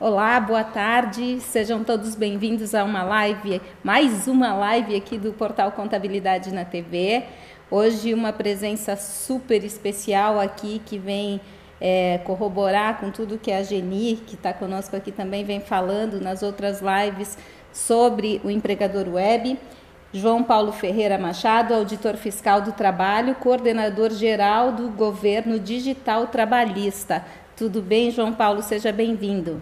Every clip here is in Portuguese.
Olá, boa tarde, sejam todos bem-vindos a uma live, mais uma live aqui do Portal Contabilidade na TV. Hoje uma presença super especial aqui que vem corroborar com tudo que a Geni, que está conosco aqui também, vem falando nas outras lives sobre o empregador web. João Paulo Ferreira Machado, auditor fiscal do trabalho, coordenador geral do governo digital trabalhista. Tudo bem, João Paulo? Seja bem-vindo.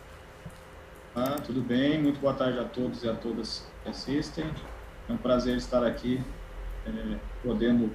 Tudo bem, muito boa tarde a todos e a todas que assistem. É um prazer estar aqui, podendo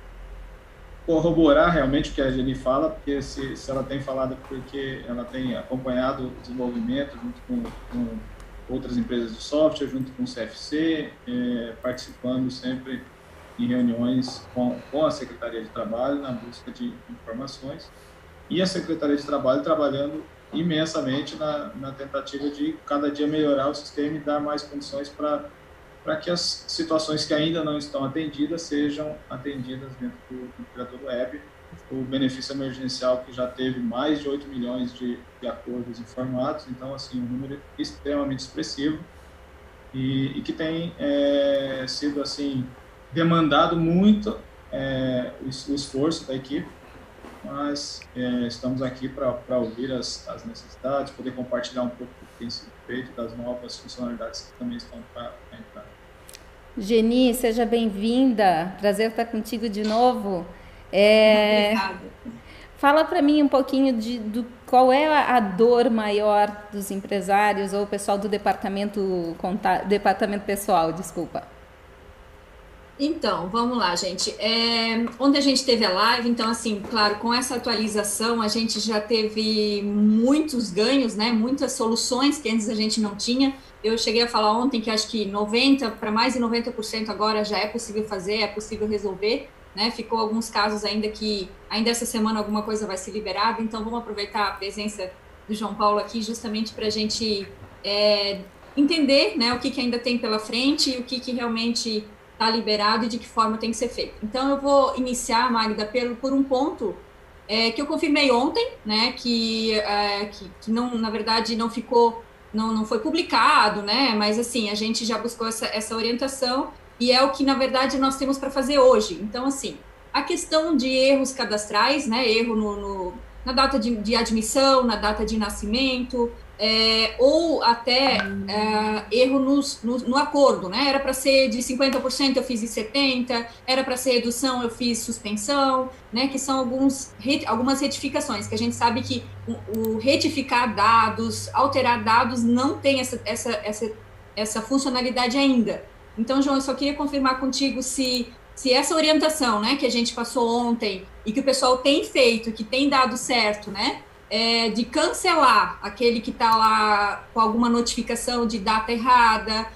corroborar realmente o que a Geni fala, porque se ela tem falado é porque ela tem acompanhado o desenvolvimento junto com outras empresas de software, junto com o CFC, participando sempre em reuniões com a Secretaria de Trabalho na busca de informações, e a Secretaria de Trabalho trabalhando imensamente na tentativa de cada dia melhorar o sistema e dar mais condições para que as situações que ainda não estão atendidas sejam atendidas dentro do empregador web. O benefício emergencial, que já teve mais de 8 milhões de acordos informados, então, assim, um número extremamente expressivo e que tem sido, assim, demandado muito o esforço da equipe, mas estamos aqui para ouvir as necessidades, poder compartilhar um pouco do que tem sido feito, das novas funcionalidades que também estão para entrar. Geni, seja bem-vinda. Prazer estar contigo de novo. Obrigada. Fala para mim um pouquinho do qual é a dor maior dos empresários ou o pessoal do departamento pessoal, desculpa. Então, vamos lá, gente. Onde a gente teve a live, então, assim, claro, com essa atualização, a gente já teve muitos ganhos, né? Muitas soluções que antes a gente não tinha. Eu cheguei a falar ontem que acho que 90% para mais de 90% agora já é possível fazer, é possível resolver, né? Ficou alguns casos ainda que, ainda essa semana, alguma coisa vai ser liberada. Então, vamos aproveitar a presença do João Paulo aqui justamente para a gente entender, né, o que ainda tem pela frente e o que realmente está liberado e de que forma tem que ser feito. Então, eu vou iniciar, Magda, por um ponto que eu confirmei ontem, né, que não, na verdade, não ficou, não foi publicado, né, mas, assim, a gente já buscou essa orientação e é o que, na verdade, nós temos para fazer hoje. Então, assim, a questão de erros cadastrais, né, erro na data de admissão, na data de nascimento, ou até erro no acordo, né? Era para ser de 50%, eu fiz de 70%, era para ser redução, eu fiz suspensão, né? Que são algumas retificações, que a gente sabe que o retificar dados, alterar dados, não tem essa funcionalidade ainda. Então, João, eu só queria confirmar contigo se essa orientação, né, que a gente passou ontem e que o pessoal tem feito, que tem dado certo, né, de cancelar aquele que está lá com alguma notificação de data errada,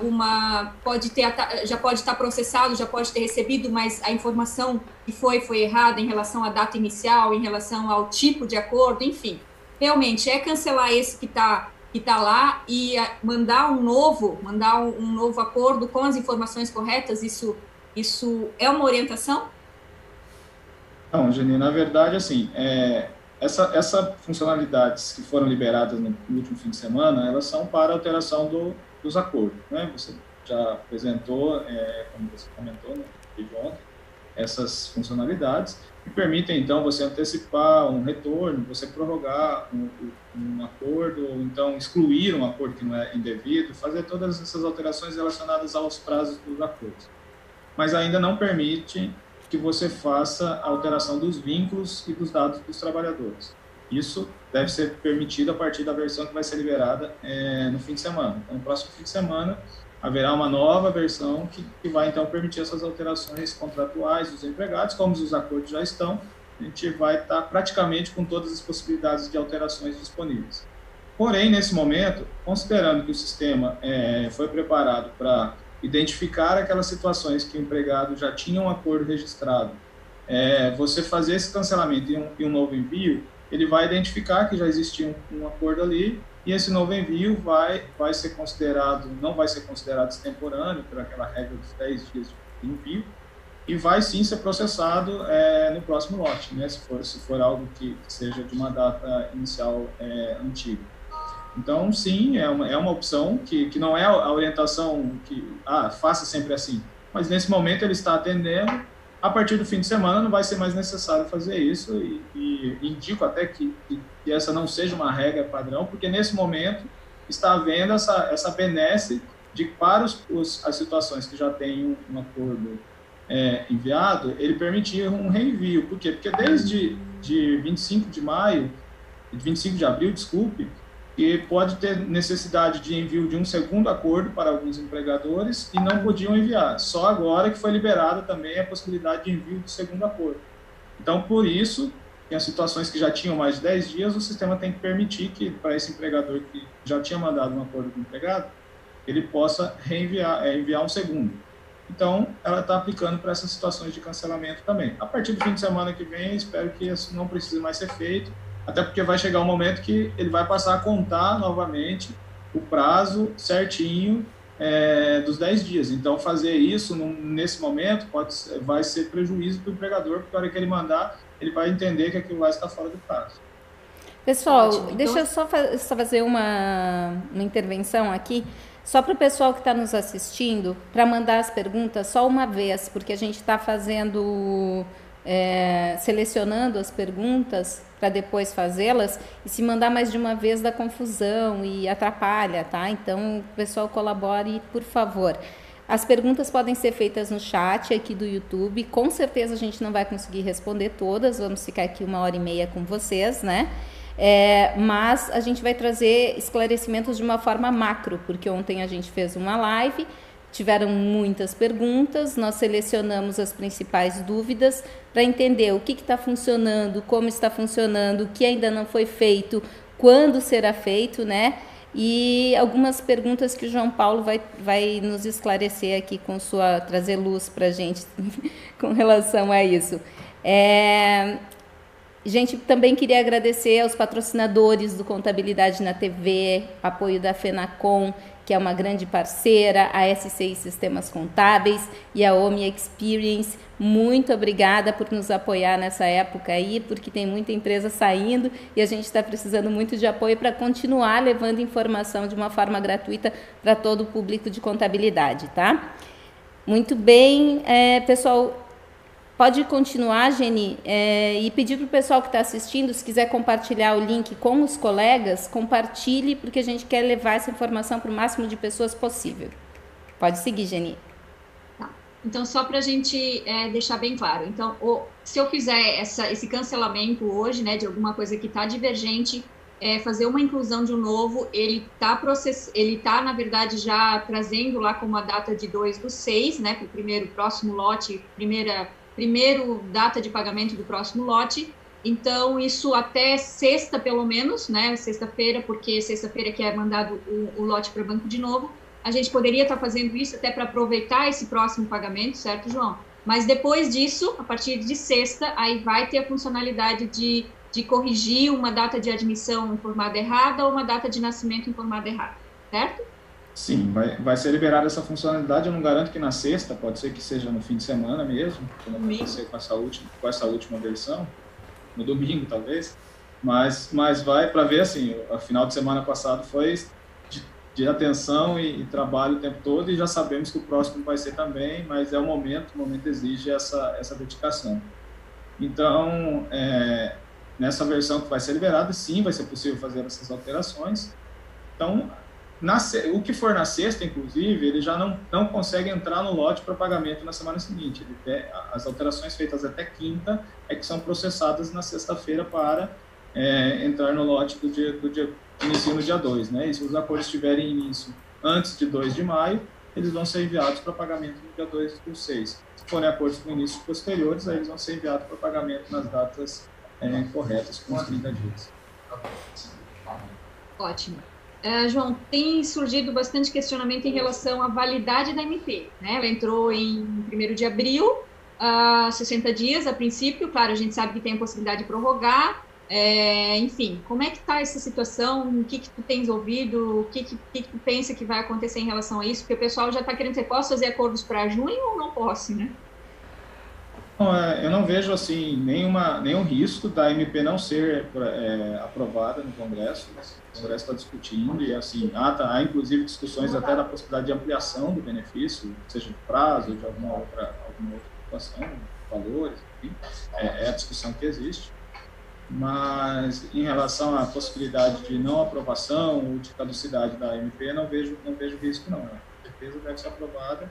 já pode estar processado, já pode ter recebido, mas a informação que foi errada em relação à data inicial, em relação ao tipo de acordo, enfim. Realmente, cancelar esse que está lá e mandar um novo acordo com as informações corretas, isso é uma orientação? Não, Geni, na verdade, assim, essas funcionalidades que foram liberadas no último fim de semana, elas são para alteração dos acordos, né? Você já apresentou, como você comentou, né, ontem, essas funcionalidades que permitem, então, você antecipar um retorno, você prorrogar um acordo, ou então excluir um acordo que não é indevido, fazer todas essas alterações relacionadas aos prazos dos acordos. Mas ainda não permite que você faça a alteração dos vínculos e dos dados dos trabalhadores. Isso deve ser permitido a partir da versão que vai ser liberada no fim de semana. Então, no próximo fim de semana, haverá uma nova versão que vai, então, permitir essas alterações contratuais dos empregados, como os acordos já estão, a gente vai estar praticamente com todas as possibilidades de alterações disponíveis. Porém, nesse momento, considerando que o sistema foi preparado para identificar aquelas situações que o empregado já tinha um acordo registrado, você fazer esse cancelamento e um novo envio, ele vai identificar que já existia um acordo ali, e esse novo envio vai ser considerado, não vai ser considerado extemporâneo, por aquela regra dos 10 dias de envio, e vai sim ser processado no próximo lote, né, se for algo que seja de uma data inicial antiga. Então, sim, é uma opção que não é a orientação que, faça sempre assim, mas nesse momento ele está atendendo. A partir do fim de semana não vai ser mais necessário fazer isso e indico até que essa não seja uma regra padrão, porque nesse momento está havendo essa benesse de para as situações que já tem um acordo enviado, ele permitir um reenvio. Por quê? Porque desde de 25 de maio, 25 de abril, desculpe, e pode ter necessidade de envio de um segundo acordo para alguns empregadores e não podiam enviar. Só agora que foi liberada também a possibilidade de envio do segundo acordo. Então, por isso, em as situações que já tinham mais de 10 dias, o sistema tem que permitir que, para esse empregador que já tinha mandado um acordo com o empregado, ele possa enviar um segundo. Então, ela está aplicando para essas situações de cancelamento também. A partir do fim de semana que vem, espero que isso não precise mais ser feito, até porque vai chegar um momento que ele vai passar a contar novamente o prazo certinho dos 10 dias. Então, fazer isso nesse momento vai ser prejuízo para o empregador, porque a hora que ele mandar, ele vai entender que aquilo lá está fora do prazo. Pessoal, deixa eu só fazer uma intervenção aqui, só para o pessoal que está nos assistindo, para mandar as perguntas só uma vez, porque a gente está selecionando as perguntas para depois fazê-las, e se mandar mais de uma vez dá confusão e atrapalha, tá? Então, o pessoal colabore, por favor. As perguntas podem ser feitas no chat aqui do YouTube, com certeza a gente não vai conseguir responder todas, vamos ficar aqui 1h30 com vocês, né? Mas a gente vai trazer esclarecimentos de uma forma macro, porque ontem a gente fez uma live, tiveram muitas perguntas, nós selecionamos as principais dúvidas para entender o que está funcionando, como está funcionando, o que ainda não foi feito, quando será feito, né? E algumas perguntas que o João Paulo vai nos esclarecer aqui trazer luz para a gente com relação a isso. Gente, também queria agradecer aos patrocinadores do Contabilidade na TV, apoio da FENACOM, que é uma grande parceira, a SCI Sistemas Contábeis e a OMI Experience. Muito obrigada por nos apoiar nessa época aí, porque tem muita empresa saindo e a gente está precisando muito de apoio para continuar levando informação de uma forma gratuita para todo o público de contabilidade, tá? Muito bem, pessoal. Pode continuar, Geni, e pedir para o pessoal que está assistindo, se quiser compartilhar o link com os colegas, compartilhe, porque a gente quer levar essa informação para o máximo de pessoas possível. Pode seguir, Geni. Tá. Então, só para a gente deixar bem claro, então, se eu fizer esse cancelamento hoje, né, de alguma coisa que está divergente, fazer uma inclusão de um novo, ele tá, na verdade, já trazendo lá como a data de 2/6, né, para o próximo lote, primeiro data de pagamento do próximo lote. Então, isso até sexta, pelo menos, né? Sexta-feira, porque sexta-feira que é mandado o lote para banco de novo. A gente poderia estar fazendo isso até para aproveitar esse próximo pagamento, certo, João? Mas depois disso, a partir de sexta, aí vai ter a funcionalidade de corrigir uma data de admissão informada errada ou uma data de nascimento informada errada, certo? Sim, vai ser liberada essa funcionalidade. Eu não garanto que na sexta, pode ser que seja no fim de semana mesmo, como aconteceu com essa última versão, no domingo talvez, mas vai para ver, assim, a final de semana passado foi de atenção e trabalho o tempo todo, e já sabemos que o próximo vai ser também, mas o momento exige essa dedicação. Então, nessa versão que vai ser liberada, sim, vai ser possível fazer essas alterações. Então, o que for na sexta, inclusive, ele já não consegue entrar no lote para pagamento na semana seguinte. As alterações feitas até quinta que são processadas na sexta-feira para entrar no lote do dia de início no dia 2. Né? E se os acordos tiverem início antes de 2 de maio, eles vão ser enviados para pagamento no dia 2/6. Se forem acordos com inícios posteriores, aí eles vão ser enviados para pagamento nas datas corretas, com os 30 dias. Ótimo. João, tem surgido bastante questionamento em relação à validade da MP, né? Ela entrou em 1º de abril, 60 dias a princípio, claro, a gente sabe que tem a possibilidade de prorrogar, enfim, como é que está essa situação, o que tu tens ouvido, o que tu pensa que vai acontecer em relação a isso, porque o pessoal já está querendo dizer, posso fazer acordos para junho ou não posso, né? Não, eu não vejo assim nenhum risco da MP não ser aprovada no Congresso. O Congresso está discutindo e assim há inclusive discussões até da possibilidade de ampliação do benefício, seja de prazo, de alguma outra situação, valores, enfim, é a discussão que existe. Mas em relação à possibilidade de não aprovação ou de caducidade da MP, não vejo risco não. A certeza deve ser aprovada.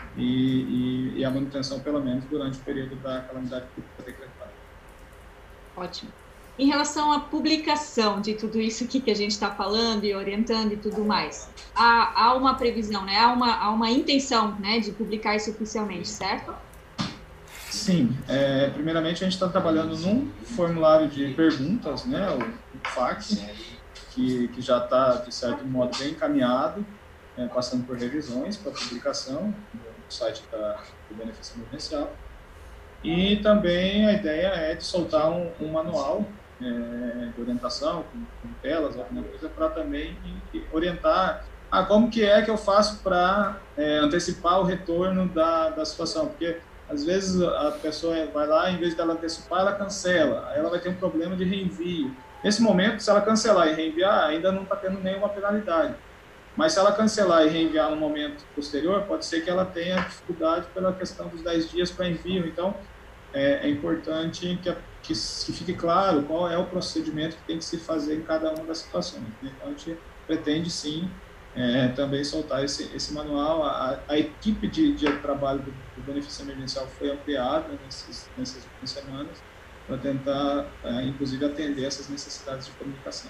E a manutenção, pelo menos, durante o período da calamidade pública decretada. Ótimo. Em relação à publicação de tudo isso aqui que a gente está falando e orientando e tudo mais, há uma previsão, né? Há uma intenção, né, de publicar isso oficialmente, certo? Sim. Primeiramente, a gente está trabalhando num formulário de perguntas, né, o FAQ, que já está, de certo modo, bem encaminhado, passando por revisões para publicação no site do benefício emergencial. E também a ideia é de soltar um manual de orientação, com telas, alguma coisa, para também orientar como que eu faço para antecipar o retorno da situação, porque às vezes a pessoa vai lá, em vez dela antecipar, ela cancela, aí ela vai ter um problema de reenvio. Nesse momento, se ela cancelar e reenviar, ainda não está tendo nenhuma penalidade. Mas se ela cancelar e reenviar no momento posterior, pode ser que ela tenha dificuldade pela questão dos 10 dias para envio. Então, é importante que fique claro qual é o procedimento que tem que se fazer em cada uma das situações. Então, a gente pretende, sim, também soltar esse manual. A equipe de trabalho do benefício emergencial foi ampliada nessas últimas semanas para tentar, inclusive, atender essas necessidades de comunicação.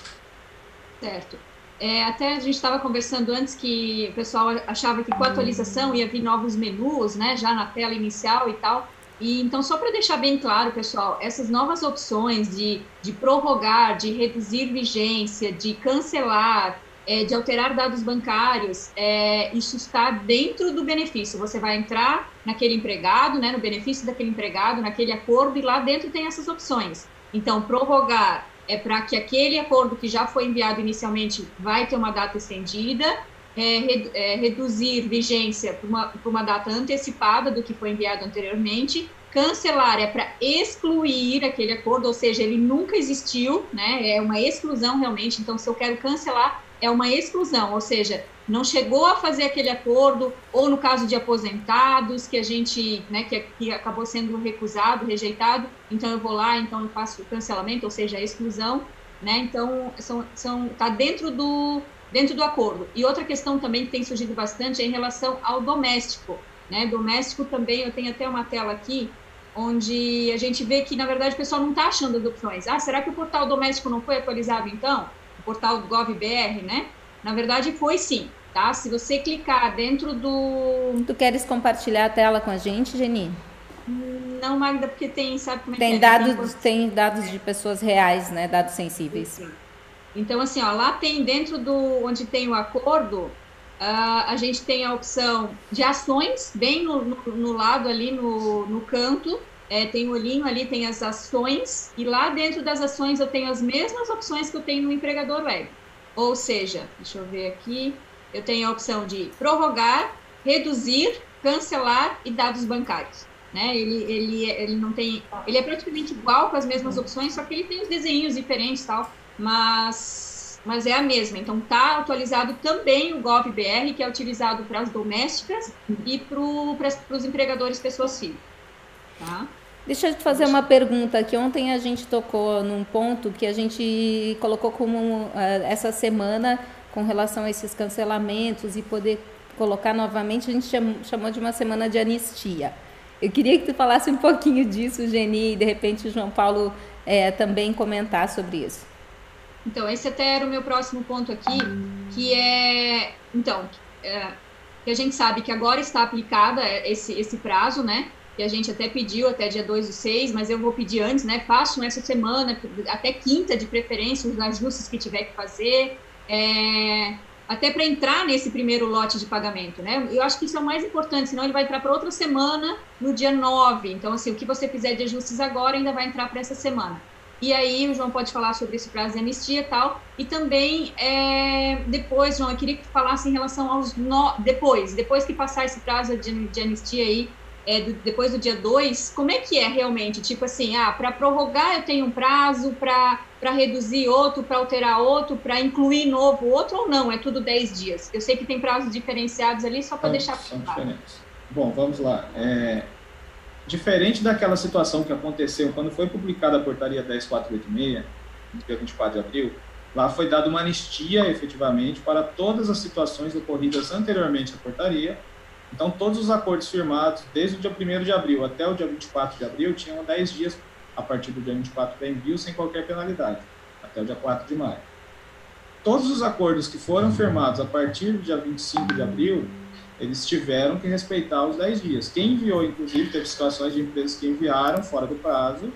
Certo. Até a gente estava conversando antes que o pessoal achava que com a atualização ia vir novos menus, né, já na tela inicial e tal. E então, só para deixar bem claro, pessoal, essas novas opções de prorrogar, de reduzir vigência, de cancelar, de alterar dados bancários, isso está dentro do benefício. Você vai entrar naquele empregado, né, no benefício daquele empregado, naquele acordo, e lá dentro tem essas opções. Então, prorrogar é para que aquele acordo que já foi enviado inicialmente vai ter uma data estendida, reduzir vigência para uma data antecipada do que foi enviado anteriormente, cancelar é para excluir aquele acordo, ou seja, ele nunca existiu, né? É uma exclusão realmente. Então, se eu quero cancelar, é uma exclusão, ou seja, não chegou a fazer aquele acordo, ou no caso de aposentados, que a gente, né, que acabou sendo recusado, rejeitado, então eu vou lá, então eu faço o cancelamento, ou seja, a exclusão, né? Então, tá dentro do acordo. E outra questão também que tem surgido bastante é em relação ao doméstico, né? Doméstico também, eu tenho até uma tela aqui, onde a gente vê que, na verdade, o pessoal não está achando as opções. Será que o portal doméstico não foi atualizado, então? O portal do GovBR, né? Na verdade, foi sim, tá? Se você clicar dentro do... Tu queres compartilhar a tela com a gente, Geni? Não, Magda, porque sabe como é tem que é? Dados, tem dados de pessoas reais, né? Dados sensíveis. Sim. Então, assim, ó, lá tem dentro onde tem o acordo, a gente tem a opção de ações, bem no lado ali, no canto, tem o olhinho ali, tem as ações, e lá dentro das ações eu tenho as mesmas opções que eu tenho no empregador web. Ou seja, deixa eu ver aqui, eu tenho a opção de prorrogar, reduzir, cancelar e dados bancários. Né? Ele não tem, ele é praticamente igual com as mesmas opções, só que ele tem os desenhos diferentes e tal, mas é a mesma. Então, está atualizado também o GovBR, que é utilizado para as domésticas e para os empregadores pessoas físicas. Tá? Deixa eu te fazer uma pergunta, que ontem a gente tocou num ponto que a gente colocou como essa semana com relação a esses cancelamentos e poder colocar novamente, a gente chamou de uma semana de anistia. Eu queria que tu falasse um pouquinho disso, Geni, e de repente o João Paulo também comentar sobre isso. Então, esse até era o meu próximo ponto aqui, que que a gente sabe que agora está aplicada esse prazo, né? Que a gente até pediu até dia 2/6, mas eu vou pedir antes, né? Façam essa semana, até quinta de preferência, os ajustes que tiver que fazer, até para entrar nesse primeiro lote de pagamento, né? Eu acho que isso é o mais importante, senão ele vai entrar para outra semana no dia 9. Então, assim, o que você fizer de ajustes agora ainda vai entrar para essa semana. E aí o João pode falar sobre esse prazo de anistia e tal. E também, depois, João, eu queria que tu falasse em relação aos... Depois que passar esse prazo de anistia aí, depois do dia 2, como é que é realmente? Tipo assim, para prorrogar eu tenho um prazo, para reduzir outro, para alterar outro, para incluir novo outro, ou não? É tudo 10 dias? Eu sei que tem prazos diferenciados ali, só para deixar São claro. diferentes. Bom, vamos lá. Diferente daquela situação que aconteceu quando foi publicada a portaria 10486, no dia 24 de abril, lá foi dada uma anistia, efetivamente, para todas as situações ocorridas anteriormente à portaria. Então, todos os acordos firmados, desde o dia 1º de abril até o dia 24 de abril, tinham 10 dias, a partir do dia 24 para envio, sem qualquer penalidade, até o dia 4 de maio. Todos os acordos que foram firmados a partir do dia 25 de abril, eles tiveram que respeitar os 10 dias. Quem enviou, inclusive, teve situações de empresas que enviaram fora do prazo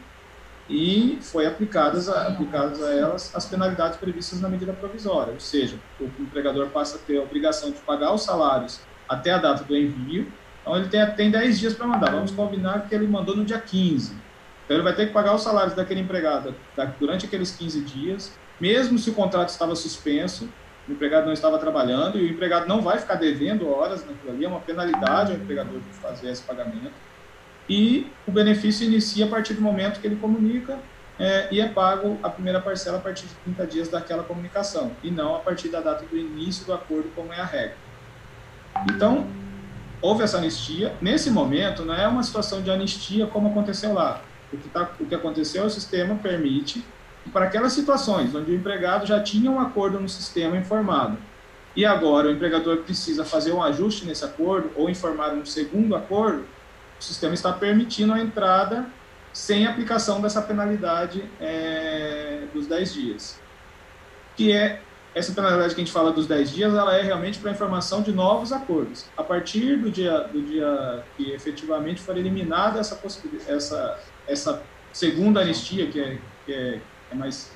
e foi aplicadas a elas as penalidades previstas na medida provisória, ou seja, o empregador passa a ter a obrigação de pagar os salários até a data do envio, então ele tem 10 dias para mandar. Vamos combinar que ele mandou no dia 15. Então ele vai ter que pagar os salários daquele empregado durante aqueles 15 dias, mesmo se o contrato estava suspenso, o empregado não estava trabalhando, e o empregado não vai ficar devendo horas naquilo ali, é uma penalidade ao empregador de fazer esse pagamento. E o benefício inicia a partir do momento que ele comunica e é pago a primeira parcela a partir de 30 dias daquela comunicação, e não a partir da data do início do acordo, como é a regra. Então, houve essa anistia. Nesse momento, não é uma situação de anistia como aconteceu lá. O que aconteceu, o sistema permite que para aquelas situações onde o empregado já tinha um acordo no sistema informado, e agora o empregador precisa fazer um ajuste nesse acordo ou informar um segundo acordo, o sistema está permitindo a entrada sem aplicação dessa penalidade dos 10 dias. Que é essa penalidade que a gente fala dos 10 dias, ela é realmente para informação de novos acordos. A partir do dia que efetivamente for eliminada essa segunda anistia, que é mais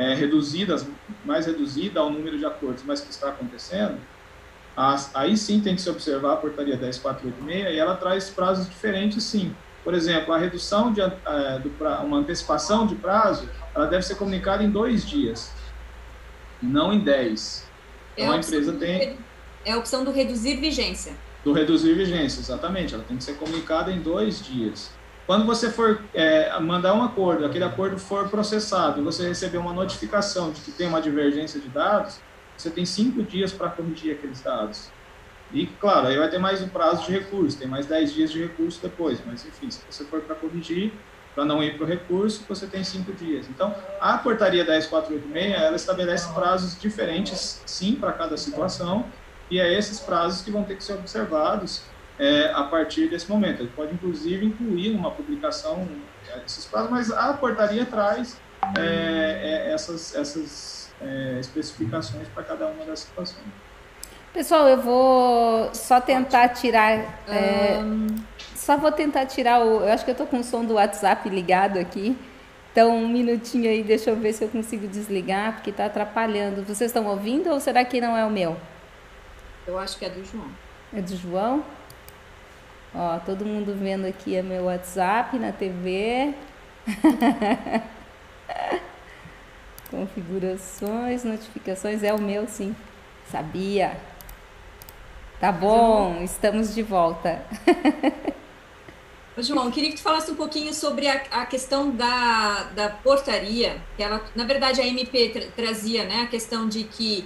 reduzida ao número de acordos, mas que está acontecendo, aí sim tem que se observar a portaria 10486, e ela traz prazos diferentes, sim. Por exemplo, a redução uma antecipação de prazo, ela deve ser comunicada em 2 dias, não em 10. Então a empresa tem... É a opção do reduzir vigência. Do reduzir vigência, exatamente. Ela tem que ser comunicada em 2 dias. Quando você for mandar um acordo, aquele acordo for processado, e você receber uma notificação de que tem uma divergência de dados, você tem 5 dias para corrigir aqueles dados. E, claro, aí vai ter mais um prazo de recurso, tem mais 10 dias de recurso depois, mas, enfim, se você for para corrigir, para não ir para o recurso, você tem 5 dias. Então, a portaria 10486, ela estabelece prazos diferentes, sim, para cada situação, e é esses prazos que vão ter que ser observados a partir desse momento. Ele pode, inclusive, incluir numa publicação esses prazos, mas a portaria traz essas especificações para cada uma das situações. Pessoal, eu vou só tentar tirar... Só vou tentar tirar eu acho que eu estou com o som do WhatsApp ligado aqui. Então, um minutinho aí, deixa eu ver se eu consigo desligar, porque está atrapalhando. Vocês estão ouvindo ou será que não é o meu? Eu acho que é do João. É do João? Ó, todo mundo vendo aqui é meu WhatsApp na TV. Configurações, notificações, é o meu, sim. Sabia. Tá bom, estamos de volta. João, queria que tu falasse um pouquinho sobre a questão da portaria, que ela, na verdade, a MP trazia, né, a questão de que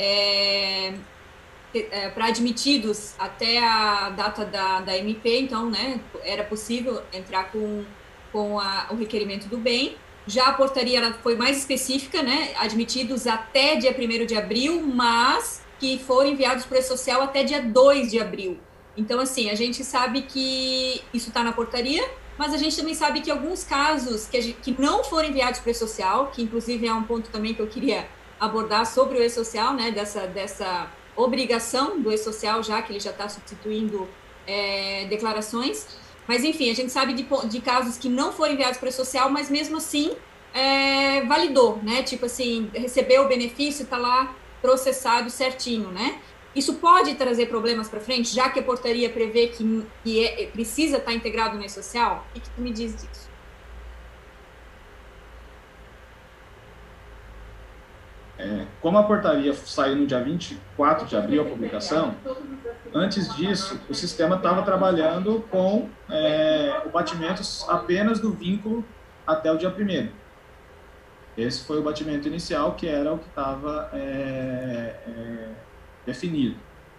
para admitidos até a data da MP, então, né, era possível entrar com o requerimento do bem. Já a portaria ela foi mais específica, né, admitidos até dia 1º de abril, mas que foram enviados para o E-Social até dia 2 de abril. Então, assim, a gente sabe que isso está na portaria, mas a gente também sabe que alguns casos que não foram enviados para o E-Social, que inclusive é um ponto também que eu queria abordar sobre o E-Social, né, dessa obrigação do E-Social, já que ele já está substituindo declarações. Mas, enfim, a gente sabe de casos que não foram enviados para o E-Social, mas mesmo assim validou, né? Tipo assim, recebeu o benefício, está lá processado certinho, né? Isso pode trazer problemas para frente, já que a portaria prevê que precisa estar integrado no E-Social? O que tu me diz disso? como a portaria saiu no dia 24 de abril, a publicação, antes disso, o sistema estava trabalhando com o batimento apenas do vínculo até o dia 1º. Esse foi o batimento inicial, que era o que estava definido.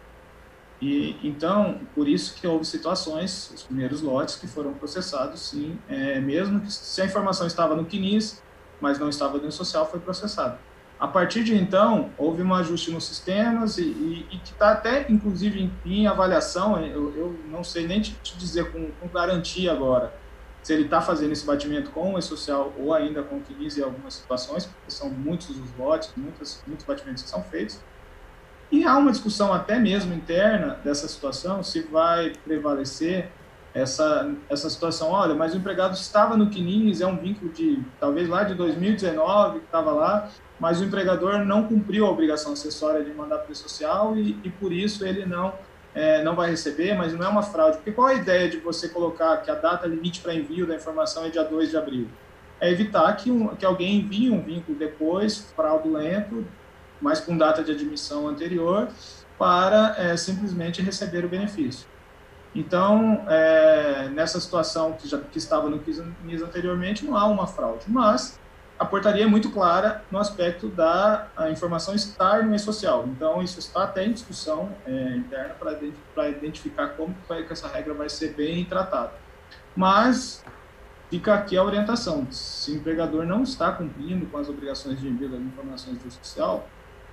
E, então, por isso que houve situações, os primeiros lotes que foram processados, sim, mesmo que se a informação estava no CNIS, mas não estava no social, foi processado. A partir de então, houve um ajuste nos sistemas e que está até, inclusive, em avaliação. Eu não sei nem te dizer com garantia agora se ele está fazendo esse batimento com o e-social ou ainda com o CNIS em algumas situações, porque são muitos os lotes, muitos batimentos que são feitos. E há uma discussão até mesmo interna dessa situação, se vai prevalecer essa situação. Olha, mas o empregado estava no CNIS, é um vínculo de, talvez lá de 2019, que estava lá, mas o empregador não cumpriu a obrigação acessória de mandar para o social e por isso ele não vai receber, mas não é uma fraude. Porque qual a ideia de você colocar que a data limite para envio da informação é dia 2 de abril? É evitar que alguém envie um vínculo depois, fraudulento, mas com data de admissão anterior, para simplesmente receber o benefício. Então, nessa situação que estava no CNIS anteriormente, não há uma fraude, mas a portaria é muito clara no aspecto da informação estar no e-social. Então, isso está até em discussão interna para identificar como que essa regra vai ser bem tratada. Mas fica aqui a orientação: se o empregador não está cumprindo com as obrigações de envio das informações do social,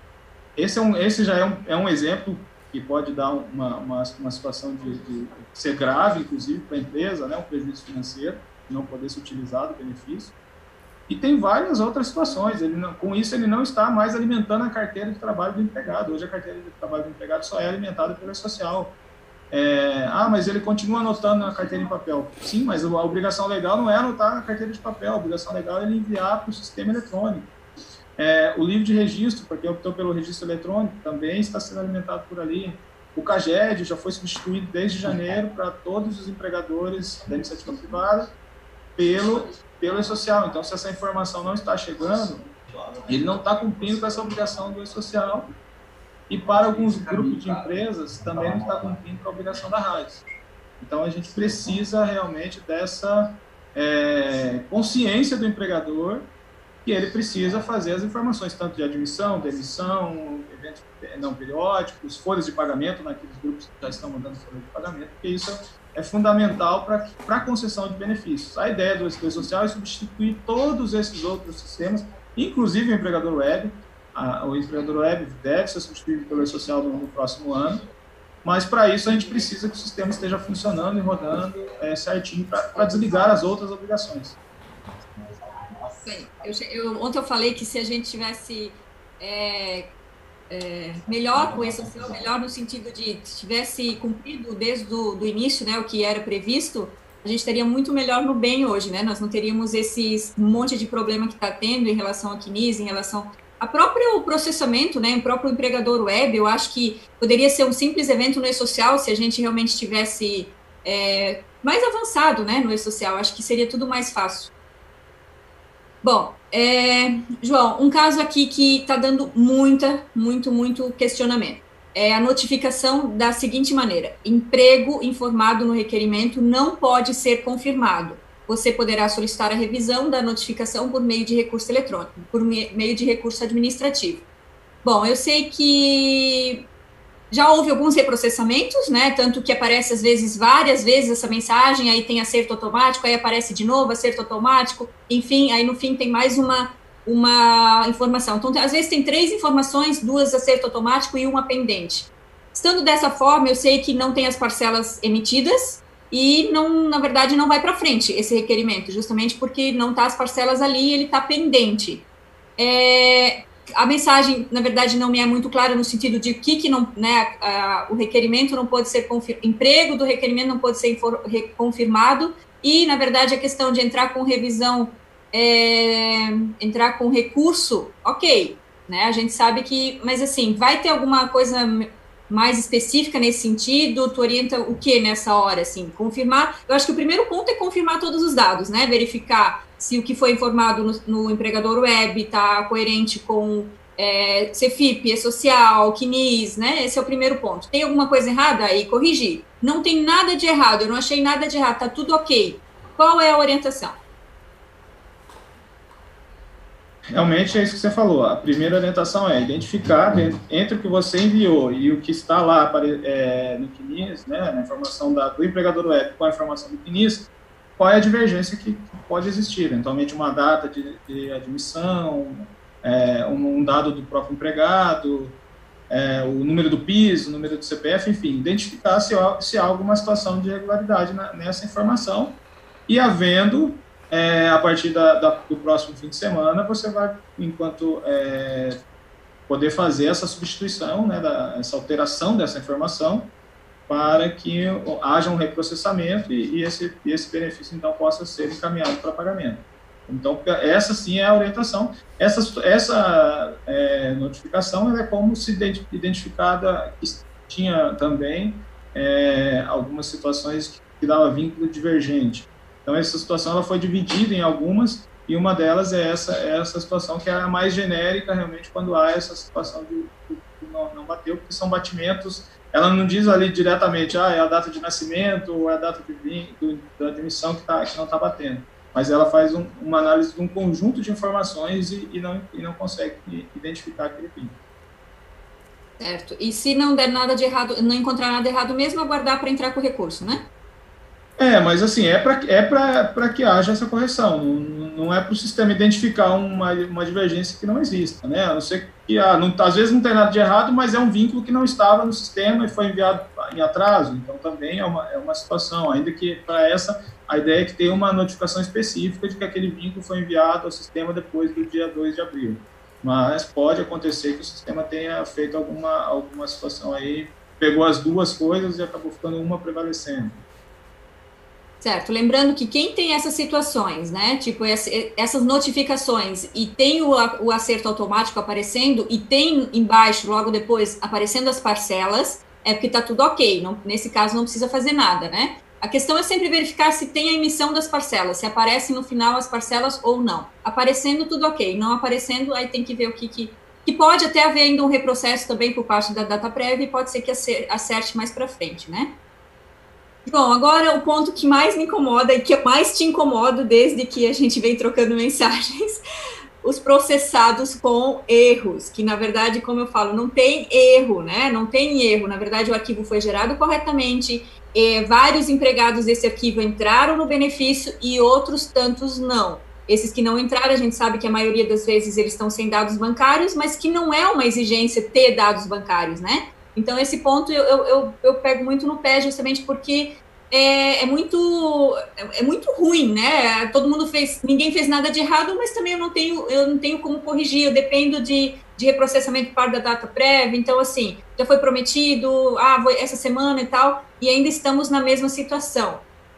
esse já é um exemplo que pode dar uma situação de ser grave, inclusive, para a empresa, né, um prejuízo financeiro, não poder ser utilizado o benefício. E tem várias outras situações. Com isso, ele não está mais alimentando a carteira de trabalho do empregado. Hoje, a carteira de trabalho do empregado só é alimentada pelo social. Mas ele continua anotando na carteira em papel. Sim, mas a obrigação legal não é anotar na carteira de papel. A obrigação legal é ele enviar para o sistema eletrônico. O livro de registro, para quem optou pelo registro eletrônico, também está sendo alimentado por ali. O CAGED já foi substituído desde janeiro para todos os empregadores da iniciativa privada pelo e-social. Então, se essa informação não está chegando, ele não está cumprindo com essa obrigação do e-social. E para alguns grupos de empresas, também não está cumprindo com a obrigação da RAIS. Então, a gente precisa realmente dessa consciência do empregador, que ele precisa fazer as informações, tanto de admissão, demissão, eventos não periódicos, folhas de pagamento, naqueles grupos que já estão mandando folha de pagamento, porque isso é fundamental para a concessão de benefícios. A ideia do e-social é substituir todos esses outros sistemas, inclusive o empregador web. O empregador web deve ser substituído pelo e-social no próximo ano, mas para isso a gente precisa que o sistema esteja funcionando e rodando certinho para desligar as outras obrigações. Ontem eu falei que se a gente tivesse melhor com esse, melhor no sentido de tivesse cumprido desde o início, né, o que era previsto, a gente estaria muito melhor no bem hoje, né? Nós não teríamos esse monte de problema que está tendo em relação ao CNIS, em relação a próprio processamento, né, o próprio empregador web. Eu acho que poderia ser um simples evento no e-social se a gente realmente tivesse mais avançado, né, no e-social. Acho que seria tudo mais fácil. Bom, João, um caso aqui que está dando muito questionamento. É a notificação da seguinte maneira: emprego informado no requerimento não pode ser confirmado. Você poderá solicitar a revisão da notificação por meio de recurso eletrônico, por meio de recurso administrativo. Bom, eu sei que já houve alguns reprocessamentos, né? Tanto que aparece, às vezes, várias vezes essa mensagem, aí tem acerto automático, aí aparece de novo acerto automático, enfim, aí no fim tem mais uma informação. Então, às vezes tem 3 informações, 2 acerto automático e 1 pendente. Estando dessa forma, eu sei que não tem as parcelas emitidas e, na verdade, não vai para frente esse requerimento, justamente porque não está as parcelas ali e ele está pendente. A mensagem, na verdade, não me é muito clara no sentido de que não, né, o requerimento não pode ser emprego do requerimento não pode ser confirmado e, na verdade, a questão de entrar com revisão, entrar com recurso, ok, né, a gente sabe que, mas assim, vai ter alguma coisa mais específica nesse sentido? Tu orienta o que nessa hora, assim, confirmar? Eu acho que o primeiro ponto é confirmar todos os dados, né, verificar se o que foi informado no empregador web está coerente com Cefip, E-Social, CNIS, né? Esse é o primeiro ponto. Tem alguma coisa errada? Aí corrigir. Não tem nada de errado, eu não achei nada de errado, tá tudo ok. Qual é a orientação? Realmente é isso que você falou. A primeira orientação é identificar entre o que você enviou e o que está lá no CNIS, né, na informação do empregador web com a informação do CNIS, qual é a divergência que pode existir. Eventualmente uma data de admissão, um dado do próprio empregado, o número do PIS, o número do CPF, enfim, identificar se há alguma situação de irregularidade nessa informação e havendo... a partir do próximo fim de semana, você vai, poder fazer essa substituição, né, essa alteração dessa informação, para que haja um reprocessamento e esse benefício, então, possa ser encaminhado para pagamento. Então, essa sim é a orientação. Essa notificação é como se identificada, que tinha também algumas situações que dava vínculo divergente. Então, essa situação ela foi dividida em algumas, e uma delas é essa situação que é a mais genérica, realmente, quando há essa situação de não bateu, porque são batimentos, ela não diz ali diretamente, é a data de nascimento, ou é a data da admissão que não está batendo, mas ela faz uma análise de um conjunto de informações e não consegue identificar aquele vínculo. Certo. E se não der nada de errado, não encontrar nada errado mesmo, aguardar para entrar com o recurso, né? Mas assim, para que haja essa correção, não é para o sistema identificar uma divergência que não exista, né? A não ser que, às vezes não tem nada de errado, mas é um vínculo que não estava no sistema e foi enviado em atraso, então também é uma situação, ainda que para essa, a ideia é que tenha uma notificação específica de que aquele vínculo foi enviado ao sistema depois do dia 2 de abril, mas pode acontecer que o sistema tenha feito alguma situação aí, pegou as duas coisas e acabou ficando uma prevalecendo. Certo, lembrando que quem tem essas situações, né, tipo essas notificações e tem o acerto automático aparecendo e tem embaixo, logo depois, aparecendo as parcelas, é porque está tudo ok, nesse caso não precisa fazer nada, né? A questão é sempre verificar se tem a emissão das parcelas, se aparecem no final as parcelas ou não. Aparecendo, tudo ok, não aparecendo, aí tem que ver o que pode até haver ainda um reprocesso também por parte da DataPrev e pode ser que acerte mais para frente, né? Bom, agora o ponto que mais me incomoda e que eu mais te incomodo desde que a gente vem trocando mensagens, os processados com erros, que na verdade, como eu falo, não tem erro, né? Não tem erro, na verdade o arquivo foi gerado corretamente, vários empregados desse arquivo entraram no benefício e outros tantos não. Esses que não entraram, a gente sabe que a maioria das vezes eles estão sem dados bancários, mas que não é uma exigência ter dados bancários, né? Então, esse ponto eu pego muito no pé, justamente porque é muito ruim, né? Todo mundo ninguém fez nada de errado, mas também eu não tenho como corrigir, eu dependo de reprocessamento por parte da DataPrev, então, assim, já foi prometido, essa semana e tal, e ainda estamos na mesma situação.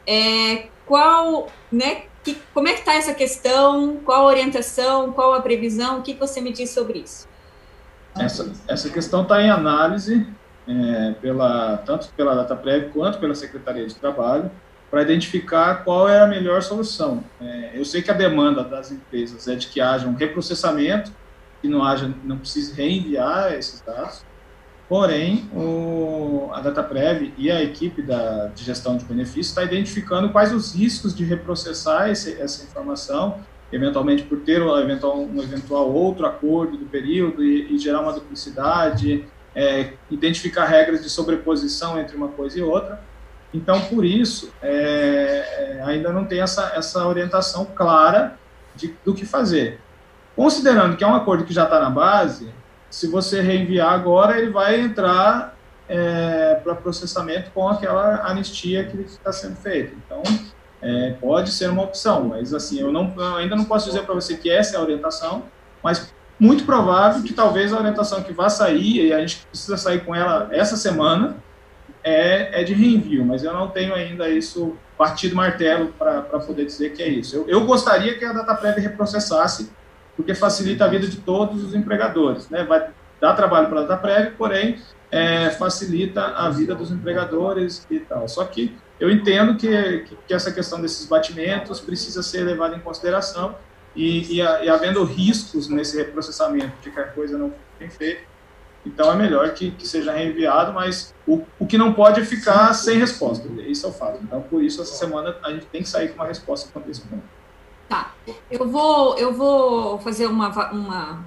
Como é que está essa questão? Qual a orientação? Qual a previsão? O que você me diz sobre isso? Essa questão está em análise, tanto pela DataPrev quanto pela Secretaria de Trabalho, para identificar qual é a melhor solução. Eu sei que a demanda das empresas é de que haja um reprocessamento, que não precise reenviar esses dados, porém, a DataPrev e a equipe de gestão de benefícios está identificando quais os riscos de reprocessar essa informação, eventualmente por ter um eventual outro acordo do período e gerar uma duplicidade, identificar regras de sobreposição entre uma coisa e outra. Então, por isso, ainda não tem essa orientação clara do que fazer. Considerando que é um acordo que já está na base, se você reenviar agora, ele vai entrar para processamento com aquela anistia que está sendo feita. Então, pode ser uma opção, mas assim, eu ainda não posso dizer para você que essa é a orientação, mas muito provável que talvez a orientação que vai sair, e a gente precisa sair com ela essa semana, é de reenvio, mas eu não tenho ainda isso batido martelo para poder dizer que é isso. Eu gostaria que a DataPrev reprocessasse, porque facilita a vida de todos os empregadores, né? Vai dar trabalho para a DataPrev, porém facilita a vida dos empregadores e tal. Só que eu entendo que essa questão desses batimentos precisa ser levada em consideração e havendo riscos nesse reprocessamento de que a coisa não foi bem feita, então é melhor que seja reenviado, mas o que não pode é ficar sem resposta, isso é o fato. Então, por isso, essa semana a gente tem que sair com uma resposta quanto a esse ponto. Tá, eu vou fazer uma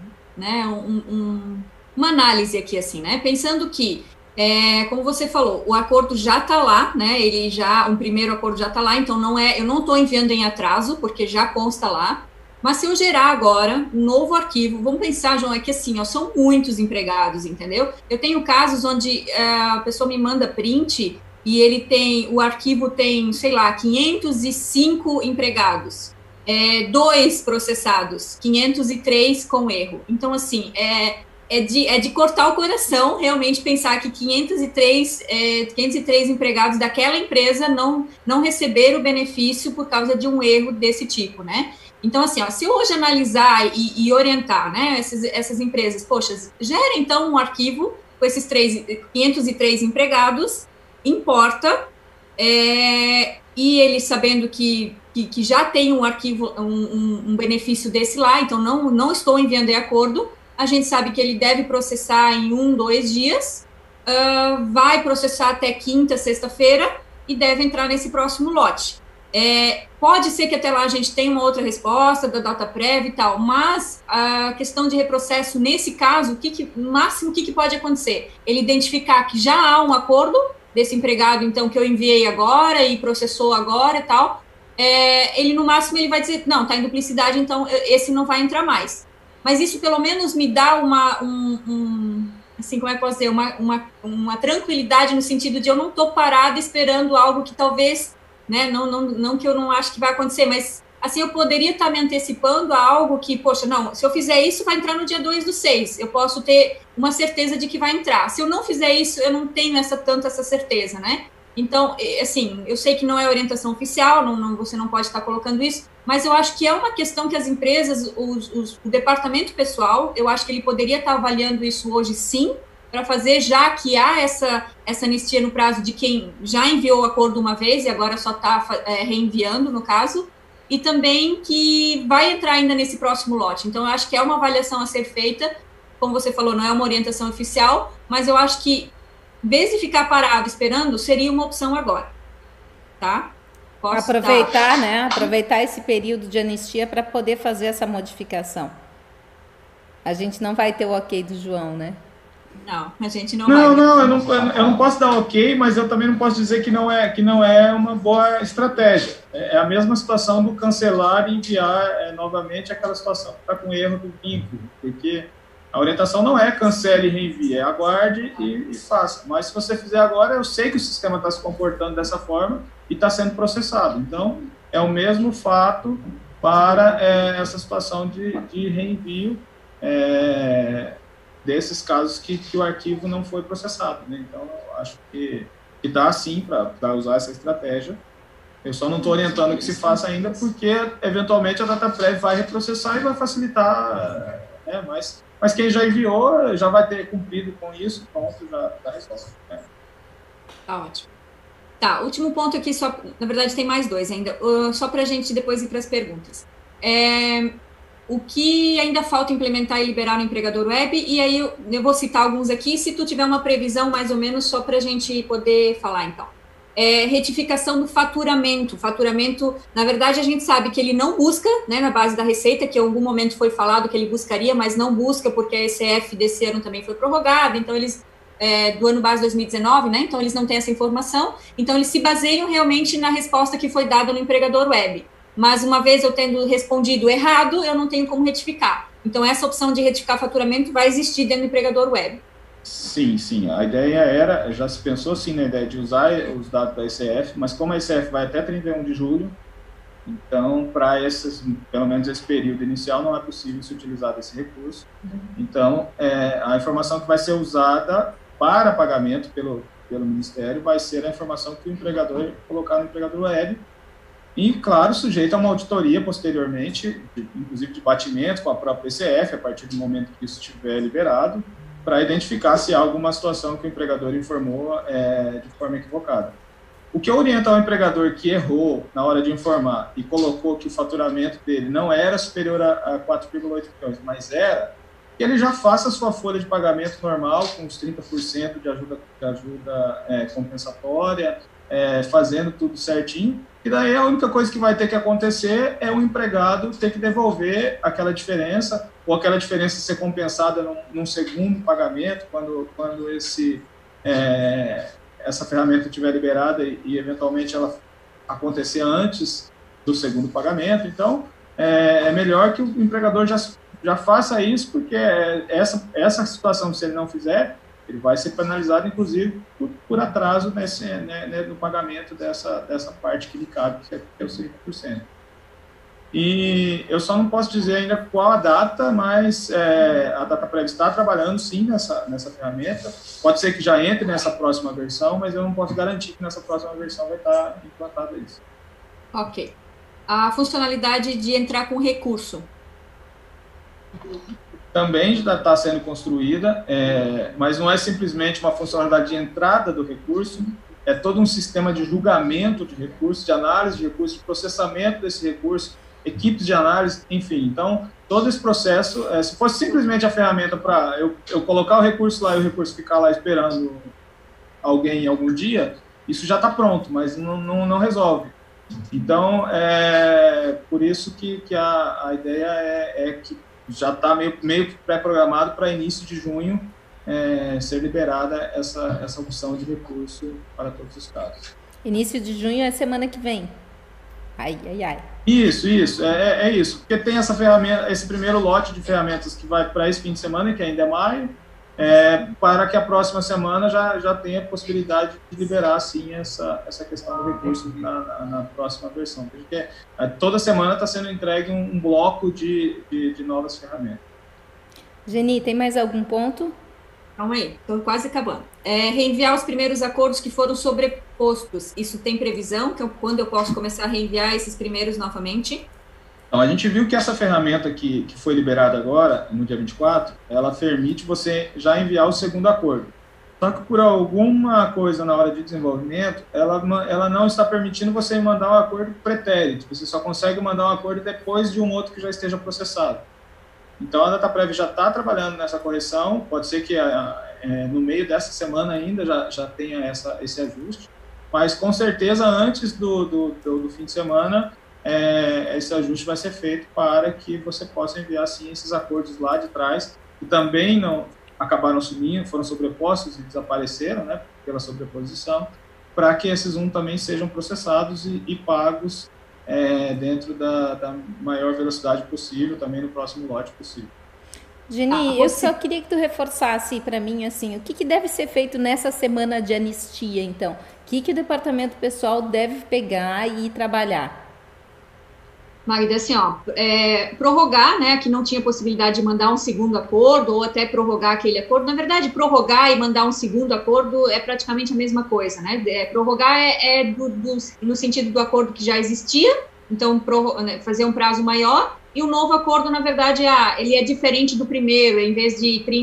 análise aqui, assim, né? Pensando que, como você falou, o acordo já está lá, né? Um primeiro acordo já está lá, então eu não estou enviando em atraso, porque já consta lá. Mas se eu gerar agora um novo arquivo, vamos pensar, João, é que assim, são muitos empregados, entendeu? Eu tenho casos onde a pessoa me manda print e o arquivo tem, sei lá, 505 empregados. 2 processados, 503 com erro. Então, assim, é de cortar o coração realmente pensar que 503 empregados daquela empresa não receberam o benefício por causa de um erro desse tipo, né? Então, assim, se eu hoje analisar e orientar, né, essas empresas, poxa, gera então um arquivo com esses 503 empregados, importa, e eles sabendo que já tem um arquivo, um benefício desse lá, então não estou enviando em acordo, a gente sabe que ele deve processar em 1-2 dias, vai processar até quinta, sexta-feira, e deve entrar nesse próximo lote. Pode ser que até lá a gente tenha uma outra resposta da data prévia e tal, mas a questão de reprocesso, nesse caso, no máximo, o que pode acontecer? Ele identificar que já há um acordo desse empregado, então, que eu enviei agora e processou agora e tal, ele, no máximo, ele vai dizer, não, está em duplicidade, então esse não vai entrar mais. Mas isso, pelo menos, me dá assim, como é que eu posso dizer, uma tranquilidade no sentido de eu não estou parada esperando algo que talvez, né, não que eu não acho que vai acontecer, mas assim, eu poderia estar me antecipando a algo que, poxa, não, se eu fizer isso, vai entrar no dia 2/6, eu posso ter uma certeza de que vai entrar. Se eu não fizer isso, eu não tenho essa certeza, né? Então, assim, eu sei que não é orientação oficial, você não pode estar colocando isso, mas eu acho que é uma questão que as empresas, o departamento pessoal, eu acho que ele poderia estar avaliando isso hoje, sim, para fazer, já que há essa anistia no prazo de quem já enviou o acordo uma vez e agora só está reenviando, no caso, e também que vai entrar ainda nesse próximo lote. Então, eu acho que é uma avaliação a ser feita, como você falou, não é uma orientação oficial, mas eu acho que, em vez de ficar parado esperando, seria uma opção agora, tá? Aproveitar, né? Aproveitar esse período de anistia para poder fazer essa modificação. A gente não vai ter o ok do João, né? Não, a gente não vai. Não, eu não posso dar ok, mas eu também não posso dizer que não é uma boa estratégia. É a mesma situação do cancelar e enviar novamente aquela situação que está com erro do vínculo, porque a orientação não é cancele e reenvie, é aguarde e faça. Mas se você fizer agora, eu sei que o sistema está se comportando dessa forma e está sendo processado. Então, é o mesmo fato para essa situação de reenvio desses casos que o arquivo não foi processado, né? Então, eu acho que dá sim para usar essa estratégia. Eu só não estou orientando que se faça ainda, porque eventualmente a data prévia vai reprocessar e vai facilitar, mas quem já enviou já vai ter cumprido com isso, pronto, já resolve. Tá ótimo. Tá, último ponto aqui, na verdade tem mais 2 ainda, só para a gente depois ir para as perguntas. O que ainda falta implementar e liberar no empregador web, e aí eu vou citar alguns aqui, se tu tiver uma previsão mais ou menos, só para a gente poder falar, então. Retificação do faturamento. Faturamento, na verdade, a gente sabe que ele não busca, né, na base da Receita, que em algum momento foi falado que ele buscaria, mas não busca, porque a ECF desse ano também foi prorrogada, então eles, do ano base 2019, né, então eles não têm essa informação, então eles se baseiam realmente na resposta que foi dada no empregador web. Mas uma vez eu tendo respondido errado, eu não tenho como retificar. Então, essa opção de retificar faturamento vai existir dentro do empregador web. Sim. A ideia já se pensou sim na ideia de usar os dados da ECF, mas como a ECF vai até 31 de julho, então, para pelo menos esse período inicial, não é possível se utilizar desse recurso. Então, a informação que vai ser usada para pagamento pelo Ministério vai ser a informação que o empregador colocar no empregador web, e, claro, sujeito a uma auditoria posteriormente, inclusive de batimento com a própria ECF, a partir do momento que isso estiver liberado, para identificar se há alguma situação que o empregador informou de forma equivocada. O que eu oriento ao empregador que errou na hora de informar e colocou que o faturamento dele não era superior a 4,8 milhões, mas era, que ele já faça a sua folha de pagamento normal, com os 30% de ajuda compensatória, fazendo tudo certinho, e daí a única coisa que vai ter que acontecer é o empregado ter que devolver aquela diferença, ou aquela diferença ser compensada num segundo pagamento, quando essa ferramenta estiver liberada e eventualmente ela acontecer antes do segundo pagamento. Então, é melhor que o empregador já faça isso, porque essa situação, se ele não fizer, ele vai ser penalizado, inclusive, por atraso no pagamento dessa parte que lhe cabe, que é os 30%. E eu só não posso dizer ainda qual a data, mas a DataPrev está trabalhando sim nessa ferramenta. Pode ser que já entre nessa próxima versão, mas eu não posso garantir que nessa próxima versão vai estar implantado isso. Ok. A funcionalidade de entrar com recurso. Também já está sendo construída, mas não é simplesmente uma funcionalidade de entrada do recurso, é todo um sistema de julgamento de recursos, de análise de recursos, de processamento desse recurso, equipes de análise, enfim. Então, todo esse processo, se fosse simplesmente a ferramenta para eu colocar o recurso lá e o recurso ficar lá esperando alguém algum dia, isso já está pronto, mas não resolve. Então, por isso que a ideia é que já está meio que pré-programado para início de junho ser liberada essa opção de recurso para todos os casos. Início de junho é semana que vem. Ai. Isso, é isso, porque tem essa ferramenta, esse primeiro lote de ferramentas que vai para esse fim de semana, que ainda é maio, para que a próxima semana já tenha a possibilidade de liberar, sim, essa questão do recurso na próxima versão, porque toda semana está sendo entregue um bloco de novas ferramentas. Geni, tem mais algum ponto? Calma aí, estou quase acabando. Reenviar os primeiros acordos que foram sobrepostos. Isso tem previsão? Quando eu posso começar a reenviar esses primeiros novamente? Então, a gente viu que essa ferramenta que foi liberada agora, no dia 24, ela permite você já enviar o segundo acordo. Só que por alguma coisa na hora de desenvolvimento, ela não está permitindo você mandar um acordo pretérito. Você só consegue mandar um acordo depois de um outro que já esteja processado. Então, a DataPrev já está trabalhando nessa correção, pode ser que no meio dessa semana ainda já tenha esse ajuste, mas com certeza antes do fim de semana, esse ajuste vai ser feito para que você possa enviar, sim, esses acordos lá de trás, que também não acabaram subindo, foram sobrepostos e desapareceram, né, pela sobreposição, para que esses também sejam processados e pagos dentro da maior velocidade possível, também no próximo lote possível. Geni, eu só queria que tu reforçasse para mim, assim, o que deve ser feito nessa semana de anistia, então? O que o departamento pessoal deve pegar e trabalhar? Magda, assim, prorrogar, né, que não tinha possibilidade de mandar um segundo acordo, ou até prorrogar aquele acordo. Na verdade, prorrogar e mandar um segundo acordo é praticamente a mesma coisa, né? Prorrogar no sentido do acordo que já existia, então fazer um prazo maior, e o novo acordo, na verdade, ele é diferente do primeiro, em vez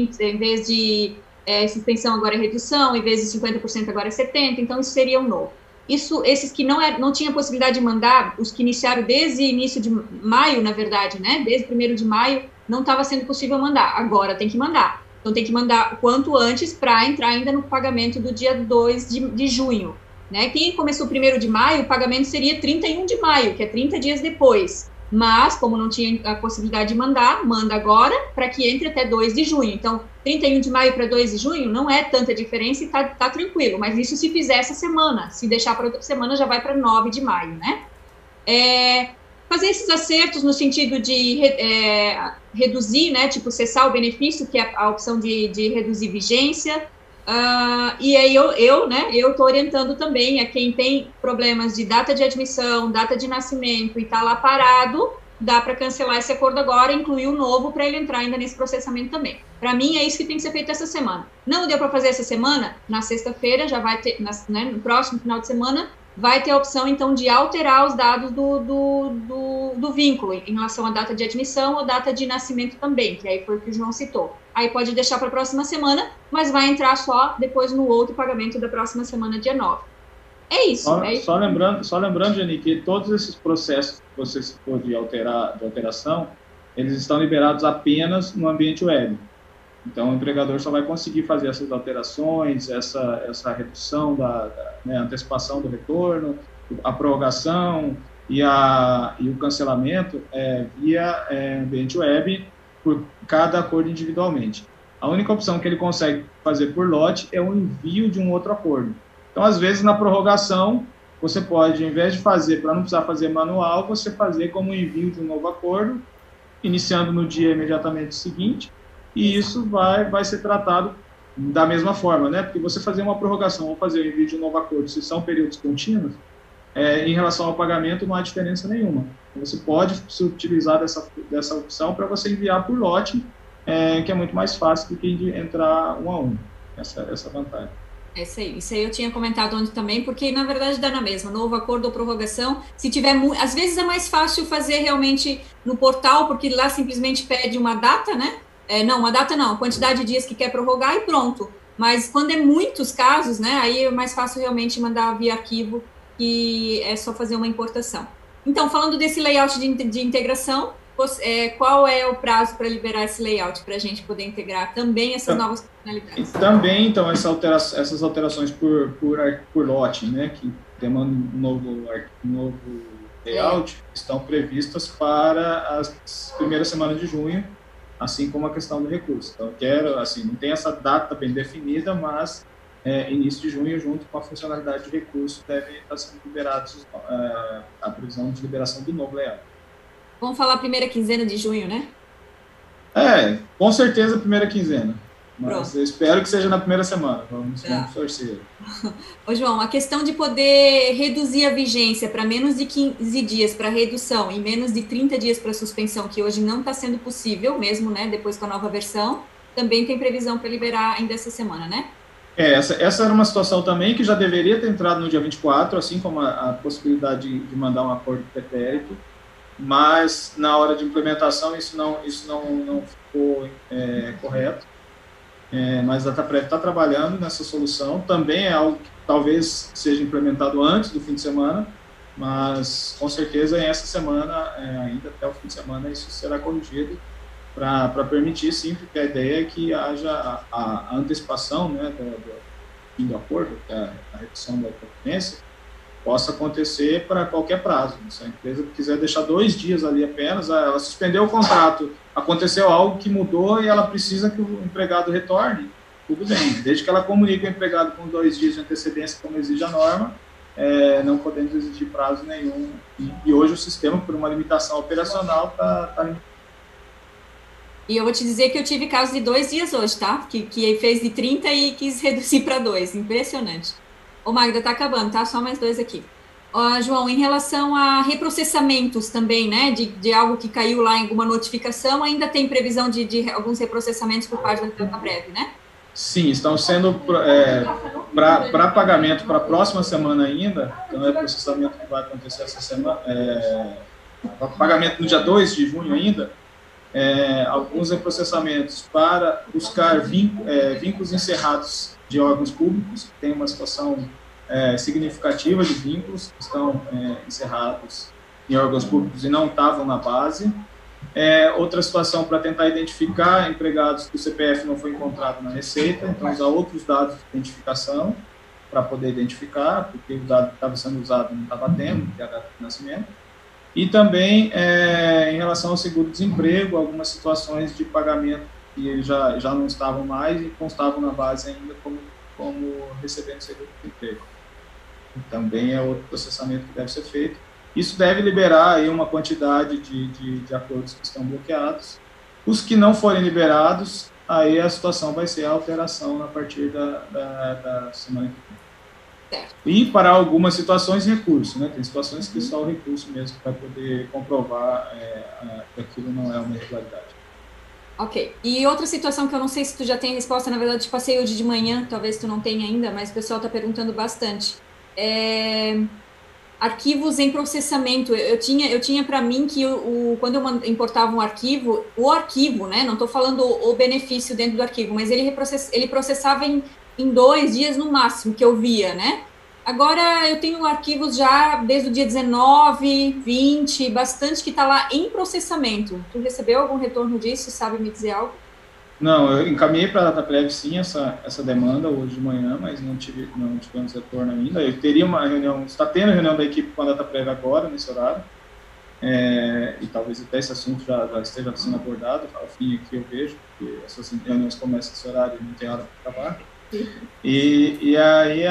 de suspensão agora é redução, em vez de 50% agora é 70%, então isso seria um novo. Esses que não tinha possibilidade de mandar, os que iniciaram desde início de maio, na verdade, né? Desde 1º de maio, não estava sendo possível mandar. Agora tem que mandar. Então tem que mandar o quanto antes para entrar ainda no pagamento do dia 2 de junho. Né? Quem começou 1º de maio, o pagamento seria 31 de maio, que é 30 dias depois. Mas, como não tinha a possibilidade de mandar, manda agora para que entre até 2 de junho. Então, 31 de maio para 2 de junho não é tanta diferença e tá tranquilo. Mas isso se fizer essa semana. Se deixar para outra semana, já vai para 9 de maio, né? Fazer esses acertos no sentido de reduzir, né? Tipo, cessar o benefício, que é a opção de reduzir vigência. E aí eu estou orientando também a quem tem problemas de data de admissão, data de nascimento e está lá parado, dá para cancelar esse acordo agora e incluir o novo para ele entrar ainda nesse processamento também. Para mim é isso que tem que ser feito essa semana. Não deu para fazer essa semana? Na sexta-feira já vai ter, no próximo final de semana, vai ter a opção então de alterar os dados do vínculo em relação à data de admissão ou data de nascimento também, que aí foi o que o João citou. Aí pode deixar para a próxima semana, mas vai entrar só depois no outro pagamento da próxima semana, dia 9. É isso. Só lembrando, Jani, que todos esses processos que você citou de alteração, eles estão liberados apenas no ambiente web. Então, o empregador só vai conseguir fazer essas alterações, essa redução né, antecipação do retorno, a prorrogação e o cancelamento via ambiente web por cada acordo individualmente. A única opção que ele consegue fazer por lote é o envio de um outro acordo. Então, às vezes, na prorrogação, você pode, ao invés de fazer, para não precisar fazer manual, você fazer como envio de um novo acordo, iniciando no dia imediatamente seguinte, e isso vai ser tratado da mesma forma, né? Porque você fazer uma prorrogação ou fazer o envio de um novo acordo, se são períodos contínuos, em relação ao pagamento não há diferença nenhuma. Então, você pode se utilizar dessa opção para você enviar por lote, que é muito mais fácil do que entrar um a um. Essa vantagem. Isso aí eu tinha comentado ontem também, porque na verdade dá na mesma, novo acordo ou prorrogação, se tiver, às vezes é mais fácil fazer realmente no portal, porque lá simplesmente pede uma data, né? A quantidade de dias que quer prorrogar e pronto. Mas quando é muitos casos, né, aí é mais fácil realmente mandar via arquivo, que é só fazer uma importação. Então, falando desse layout de integração, qual é o prazo para liberar esse layout, para a gente poder integrar também essas novas funcionalidades? Também, então, essas alterações por lote, né, que demandam um novo layout, estão previstas para as primeiras semanas de junho, assim como a questão do recurso. Então, não tem essa data bem definida, mas início de junho, junto com a funcionalidade de recurso, deve estar sendo liberados a previsão de liberação do novo layout. Vamos falar primeira quinzena de junho, né? Com certeza primeira quinzena. Mas Pronto. eu espero que seja na primeira semana. Vamos torcer. Ô, João, a questão de poder reduzir a vigência para menos de 15 dias para redução e menos de 30 dias para suspensão, que hoje não está sendo possível mesmo, né? Depois com a nova versão, também tem previsão para liberar ainda essa semana, né? Essa era uma situação também que já deveria ter entrado no dia 24, assim como a possibilidade de mandar um acordo pretérito, mas na hora de implementação isso não ficou correto. Mas a DataPrev está trabalhando nessa solução. Também é algo que talvez seja implementado antes do fim de semana, mas com certeza essa semana, ainda até o fim de semana, isso será corrigido para permitir, sim, porque a ideia é que haja a antecipação, né, do fim do acordo, que é a redução da interferência, possa acontecer para qualquer prazo. Se a empresa quiser deixar 2 dias ali apenas, ela suspendeu o contrato, aconteceu algo que mudou e ela precisa que o empregado retorne, tudo bem, desde que ela comunique o empregado com 2 dias de antecedência, como exige a norma, não podemos exigir prazo nenhum. E hoje o sistema, por uma limitação operacional, está limitado. E eu vou te dizer que eu tive casos de 2 dias hoje, tá? Que fez de 30 e quis reduzir para 2, impressionante. Ô, Magda, tá acabando, tá? Só mais 2 aqui. João, em relação a reprocessamentos também, né, de algo que caiu lá em alguma notificação, ainda tem previsão de alguns reprocessamenamente por parte da DataPrev, né? Sim, estão sendo para pagamento para a próxima semana ainda, então é processamento que vai acontecer essa semana, pagamento no dia 2 de junho ainda, alguns reprocessamentos para buscar vínculos encerrados de órgãos públicos, que tem uma situação significativa de vínculos que estão encerrados em órgãos públicos e não estavam na base. Outra situação para tentar identificar empregados que o CPF não foi encontrado na Receita, então usar outros dados de identificação para poder identificar, porque o dado que estava sendo usado não estava tendo, que é a data de nascimento. E também, em relação ao seguro-desemprego, algumas situações de pagamento que já não estavam mais e constavam na base ainda como recebendo seguro-desemprego. Também é outro processamento que deve ser feito. Isso deve liberar aí uma quantidade de acordos que estão bloqueados. Os que não forem liberados, aí a situação vai ser a alteração a partir da semana que vem. E para algumas situações, recurso, né? Tem situações que só o recurso mesmo para poder comprovar que aquilo não é uma irregularidade. Ok. E outra situação que eu não sei se tu já tem resposta, na verdade, te passei hoje de manhã, talvez tu não tenha ainda, mas o pessoal está perguntando bastante. Arquivos em processamento. Eu tinha para mim que quando eu importava um arquivo, o arquivo, né? Não estou falando o benefício dentro do arquivo, mas ele processava em 2 dias no máximo, que eu via, né? Agora eu tenho arquivos já desde o dia 19, 20, bastante que está lá em processamento. Tu recebeu algum retorno disso? Sabe me dizer algo? Não, eu encaminhei para a DataPrev sim essa demanda hoje de manhã, mas não tivemos retorno ainda. Eu teria uma reunião, está tendo reunião da equipe com a DataPrev agora, nesse horário, e talvez até esse assunto já esteja sendo abordado, ao fim aqui eu vejo, porque essas reuniões começam nesse horário e não tem hora para acabar. E aí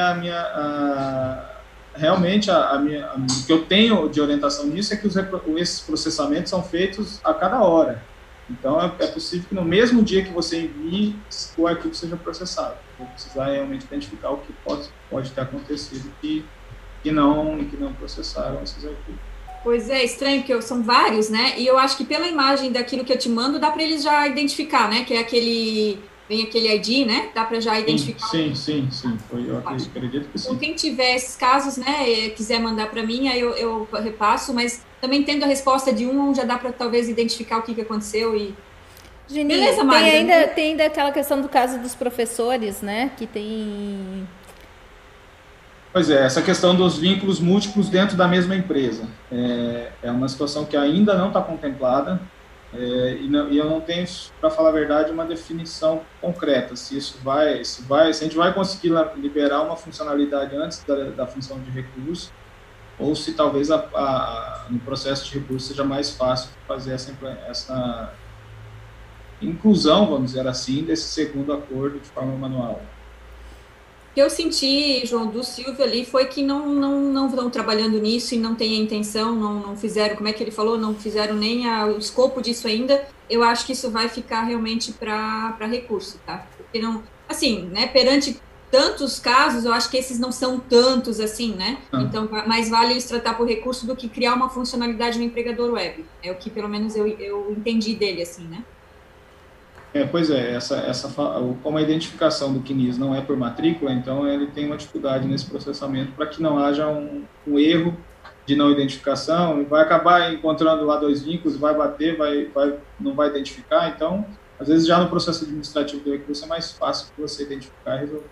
realmente o que eu tenho de orientação nisso é que esses processamentos são feitos a cada hora. Então é possível que no mesmo dia que você envie, o arquivo seja processado. Vou precisar realmente identificar o que pode ter acontecido que não processaram esses arquivos. Pois é, estranho, porque são vários, né? E eu acho que pela imagem daquilo que eu te mando, dá para eles já identificar, né? Que é vem aquele ID, né? Dá para já identificar. Sim. Eu acredito que sim. Então, quem tiver esses casos, né, quiser mandar para mim, aí eu repasso, mas também tendo a resposta de já dá para talvez identificar o que aconteceu e... Geni, beleza, Magda. Tem ainda aquela questão do caso dos professores, né? Que tem... Pois é, essa questão dos vínculos múltiplos dentro da mesma empresa. É uma situação que ainda não está contemplada, e eu não tenho, para falar a verdade, uma definição concreta, se a gente vai conseguir liberar uma funcionalidade antes da função de recurso, ou se talvez no processo de recurso seja mais fácil fazer essa inclusão, vamos dizer assim, desse segundo acordo de forma manual. O que eu senti, João, do Silvio ali foi que não estão trabalhando nisso e não tem a intenção, não fizeram, como é que ele falou, não fizeram nem o escopo disso ainda. Eu acho que isso vai ficar realmente para recurso, tá? Porque não, assim, né, perante tantos casos, eu acho que esses não são tantos assim, né? Então, mais vale eles tratar por recurso do que criar uma funcionalidade no empregador web. É o que, pelo menos, eu entendi dele, assim, né? Pois é, como a identificação do CNIS não é por matrícula, então ele tem uma dificuldade nesse processamento para que não haja um erro de não identificação, vai acabar encontrando lá dois vínculos, vai bater, não vai identificar, então, às vezes já no processo administrativo do recurso é mais fácil de você identificar e resolver.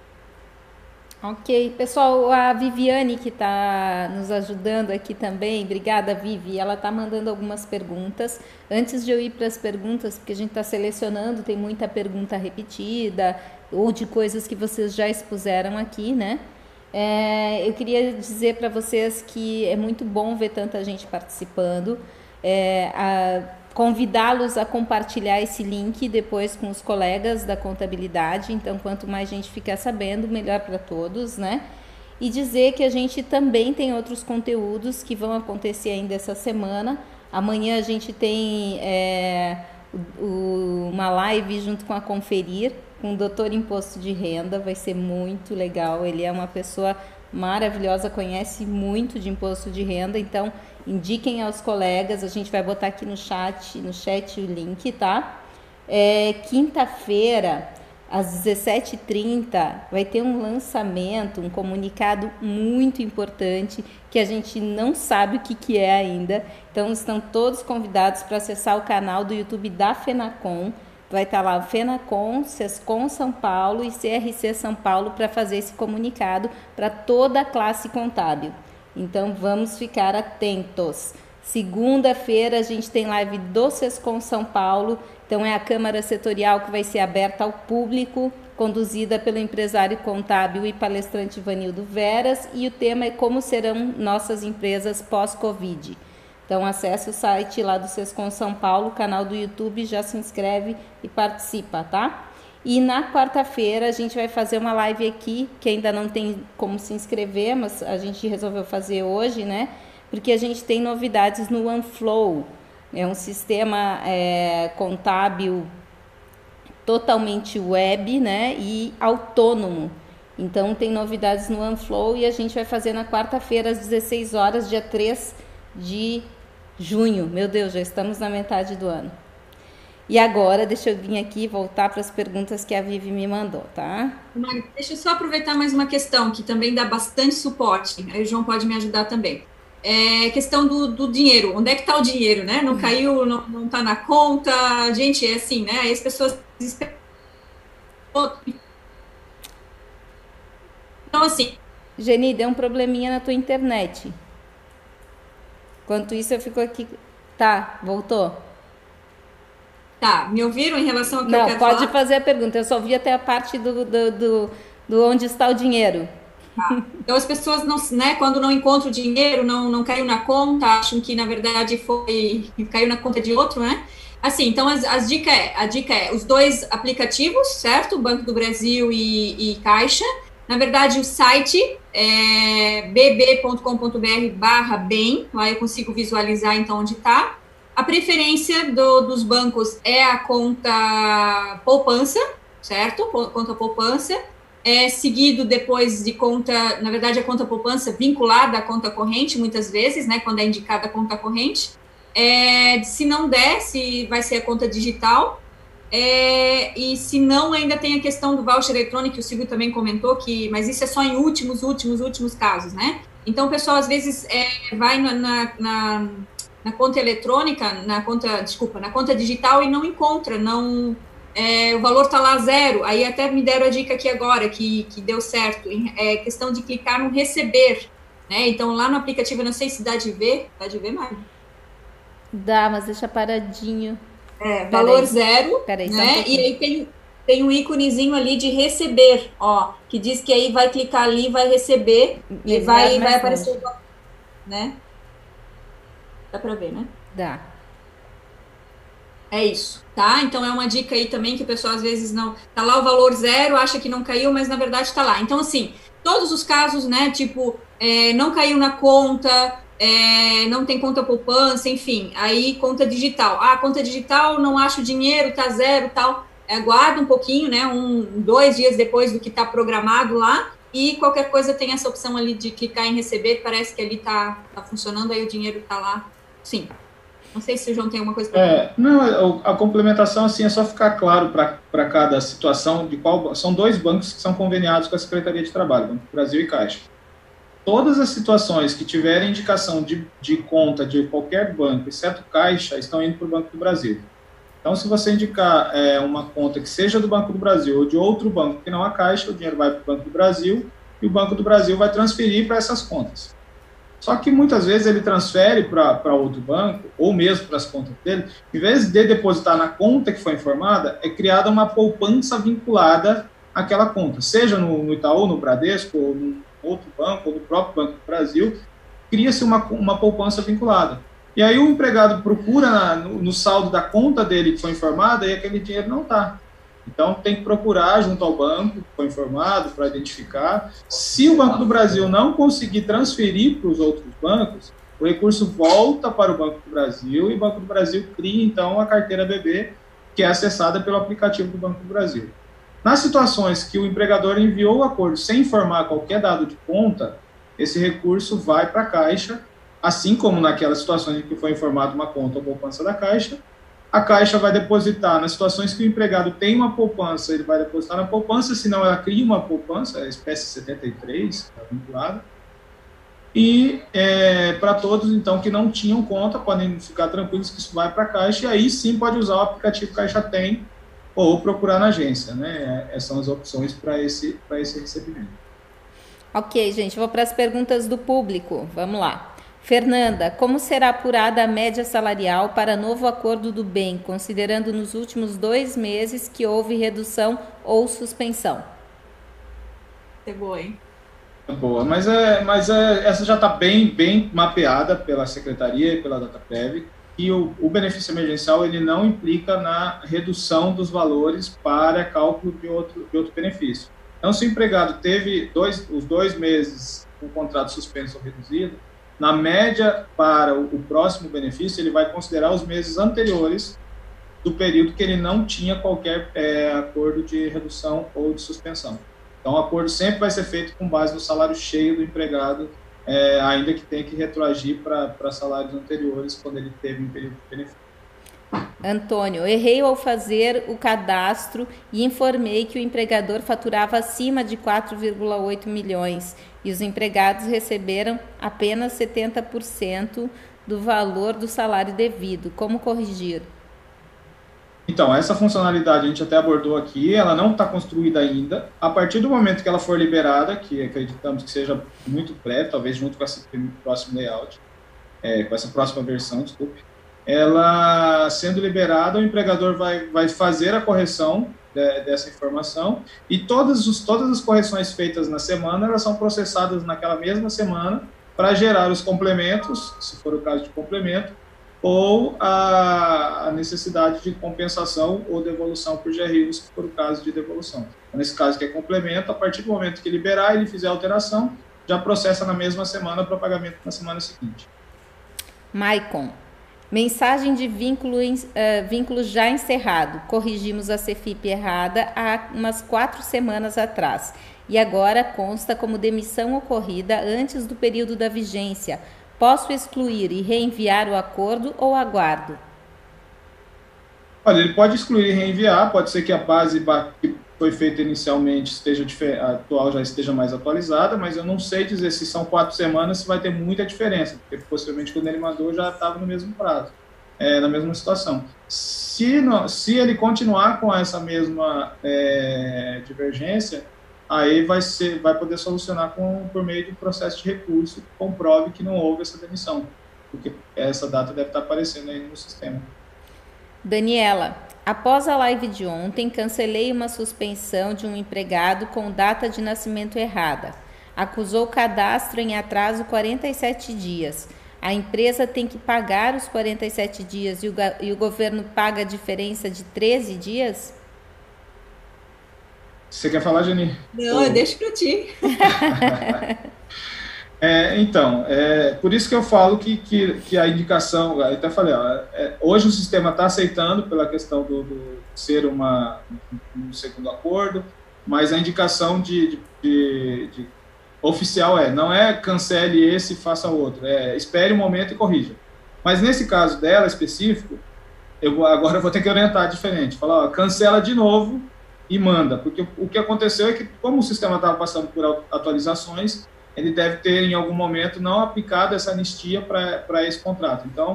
Ok, pessoal, a Viviane que está nos ajudando aqui também, obrigada, Vivi, ela está mandando algumas perguntas. Antes de eu ir para as perguntas, porque a gente está selecionando, tem muita pergunta repetida ou de coisas que vocês já expuseram aqui, né? Eu queria dizer para vocês que é muito bom ver tanta gente participando, convidá-los a compartilhar esse link depois com os colegas da contabilidade, então quanto mais gente ficar sabendo, melhor para todos, né? E dizer que a gente também tem outros conteúdos que vão acontecer ainda essa semana. Amanhã a gente tem uma live junto com a Conferir, com o Doutor Imposto de Renda, vai ser muito legal, ele é uma pessoa maravilhosa, conhece muito de imposto de renda, então indiquem aos colegas, a gente vai botar aqui no chat o link, tá? Quinta-feira, às 17h30, vai ter um lançamento, um comunicado muito importante, que a gente não sabe o que é ainda, então estão todos convidados para acessar o canal do YouTube da FENACON, vai estar lá o FENACON, SESCOM São Paulo e CRC São Paulo para fazer esse comunicado para toda a classe contábil. Então, vamos ficar atentos. Segunda-feira, a gente tem live do SESCOM São Paulo. Então, é a Câmara Setorial que vai ser aberta ao público, conduzida pelo empresário contábil e palestrante Ivanildo Veras. E o tema é como serão nossas empresas pós-Covid. Então, acesse o site lá do SESCOM São Paulo, canal do YouTube, já se inscreve e participa, tá? E na quarta-feira a gente vai fazer uma live aqui, que ainda não tem como se inscrever, mas a gente resolveu fazer hoje, né? Porque a gente tem novidades no OneFlow. É um sistema contábil totalmente web, né? E autônomo. Então, tem novidades no OneFlow e a gente vai fazer na quarta-feira, às 16 horas, dia 3 de junho. Meu Deus, já estamos na metade do ano. E agora, deixa eu vir aqui e voltar para as perguntas que a Vivi me mandou, tá? Deixa eu só aproveitar mais uma questão, que também dá bastante suporte. Aí o João pode me ajudar também. Questão do dinheiro. Onde é que está o dinheiro, né? Não caiu, não está na conta. Gente, é assim, né? Aí as pessoas... Então, assim... Geni, deu um probleminha na tua internet. Enquanto isso, eu fico aqui. Tá, voltou? Tá, me ouviram em relação ao que eu Não, quero pode falar? fazer a pergunta. Eu só vi até a parte do onde está o dinheiro. Então, as pessoas, não, né, quando não encontram o dinheiro, não caiu na conta, acham que, na verdade, caiu na conta de outro, né? Assim, então, a dica é os dois aplicativos, certo? Banco do Brasil e Caixa. Na verdade, o site é bb.com.br/bem, lá eu consigo visualizar, então, onde está. A preferência dos bancos é a conta poupança, certo? Conta poupança. Seguido depois de conta, na verdade, a conta poupança vinculada à conta corrente, muitas vezes, né? Quando é indicada a conta corrente. Se não der, se vai ser a conta digital. E se não, ainda tem a questão do voucher eletrônico, que o Silvio também comentou, mas isso é só em últimos casos, né? Então, o pessoal, às vezes, vai na conta eletrônica, na conta digital e não encontra, o valor está lá zero. Aí até me deram a dica aqui agora, que deu certo, questão de clicar no receber, né? Então, lá no aplicativo, eu não sei se dá de ver, Mário? Dá, mas deixa paradinho. Valor zero, né? E aí tem um íconezinho ali de receber, ó, que diz que aí vai clicar ali, vai receber e vai aparecer, né? Dá para ver, né? Dá. É isso, tá? Então é uma dica aí também que o pessoal às vezes não... Tá lá o valor zero, acha que não caiu, mas na verdade tá lá. Então, assim, todos os casos, né? Tipo, não caiu na conta, não tem conta poupança, enfim. Aí, conta digital. Conta digital, não acho dinheiro, tá zero, tal. Aguarda um pouquinho, né? 2 dias depois do que tá programado lá. E qualquer coisa tem essa opção ali de clicar em receber. Parece que ali tá funcionando, aí o dinheiro tá lá. Sim. Não sei se o João tem alguma coisa para falar. Não, a complementação assim, é só ficar claro para cada situação de qual. São 2 bancos que são conveniados com a Secretaria de Trabalho, Banco do Brasil e Caixa. Todas as situações que tiverem indicação de conta de qualquer banco, exceto Caixa, estão indo para o Banco do Brasil. Então, se você indicar uma conta que seja do Banco do Brasil ou de outro banco que não a Caixa, o dinheiro vai para o Banco do Brasil e o Banco do Brasil vai transferir para essas contas. Só que muitas vezes ele transfere para outro banco, ou mesmo para as contas dele, em vez de depositar na conta que foi informada, é criada uma poupança vinculada àquela conta, seja no Itaú, no Bradesco, ou no outro banco, ou no próprio Banco do Brasil, cria-se uma poupança vinculada. E aí o empregado procura no saldo da conta dele que foi informada e aquele dinheiro não está. Então, tem que procurar junto ao banco que foi informado para identificar. Se o Banco do Brasil não conseguir transferir para os outros bancos, o recurso volta para o Banco do Brasil e o Banco do Brasil cria, então, a carteira BB, que é acessada pelo aplicativo do Banco do Brasil. Nas situações que o empregador enviou o acordo sem informar qualquer dado de conta, esse recurso vai para a Caixa, assim como naquelas situações em que foi informada uma conta ou poupança da Caixa. A Caixa vai depositar, nas situações que o empregado tem uma poupança, ele vai depositar na poupança, senão ela cria uma poupança, a espécie 73, está vinculada. E para todos, então, que não tinham conta, podem ficar tranquilos que isso vai para a Caixa, e aí sim pode usar o aplicativo Caixa Tem, ou procurar na agência, né? Essas são as opções para esse recebimento. Ok, gente, vou para as perguntas do público, vamos lá. Fernanda, como será apurada a média salarial para novo acordo do bem, considerando nos últimos 2 meses que houve redução ou suspensão? É boa, hein? Boa, mas essa já está bem mapeada pela Secretaria e pela Dataprev, e o benefício emergencial ele não implica na redução dos valores para cálculo de outro benefício. Então, se o empregado teve os 2 meses com o contrato suspenso ou reduzido, na média, para o próximo benefício, ele vai considerar os meses anteriores do período que ele não tinha qualquer acordo de redução ou de suspensão. Então, o acordo sempre vai ser feito com base no salário cheio do empregado, ainda que tenha que retroagir para salários anteriores, quando ele teve um período de benefício. Antônio, errei ao fazer o cadastro e informei que o empregador faturava acima de 4,8 milhões e os empregados receberam apenas 70% do valor do salário devido. Como corrigir? Então, essa funcionalidade a gente até abordou aqui, ela não está construída ainda. A partir do momento que ela for liberada, que acreditamos que seja muito breve, talvez junto com esse próximo layout, com essa próxima versão, desculpe, ela sendo liberada, o empregador vai fazer a correção dessa informação e todas as correções feitas na semana, elas são processadas naquela mesma semana para gerar os complementos, se for o caso de complemento, ou a necessidade de compensação ou devolução por GRUs, se for o caso de devolução. Então, nesse caso que é complemento, a partir do momento que liberar, ele fizer a alteração, já processa na mesma semana para pagamento na semana seguinte. Maicon, mensagem de vínculo já encerrado. Corrigimos a CFIP errada há umas 4 semanas atrás e agora consta como demissão ocorrida antes do período da vigência. Posso excluir e reenviar o acordo ou aguardo? Olha, ele pode excluir e reenviar, pode ser que a base que foi feita inicialmente atual já esteja mais atualizada, mas eu não sei dizer se são 4 semanas, se vai ter muita diferença, porque possivelmente quando ele mandou já estava no mesmo prazo, na mesma situação. Se ele continuar com essa mesma divergência, aí vai poder solucionar por meio de um processo de recurso que comprove que não houve essa demissão, porque essa data deve estar aparecendo aí no sistema. Daniela, após a live de ontem, cancelei uma suspensão de um empregado com data de nascimento errada. Acusou cadastro em atraso 47 dias. A empresa tem que pagar os 47 dias e o governo paga a diferença de 13 dias? Você quer falar, Geni? Não, eu deixo para ti. Então, por isso que eu falo que a indicação, eu até falei, hoje o sistema está aceitando pela questão do ser um segundo acordo, mas a indicação de oficial não é cancele esse e faça outro, espere um momento e corrija. Mas nesse caso dela específico, agora eu vou ter que orientar diferente, falar, cancela de novo e manda, porque o que aconteceu é que, como o sistema estava passando por atualizações, ele deve ter, em algum momento, não aplicado essa anistia para esse contrato. Então,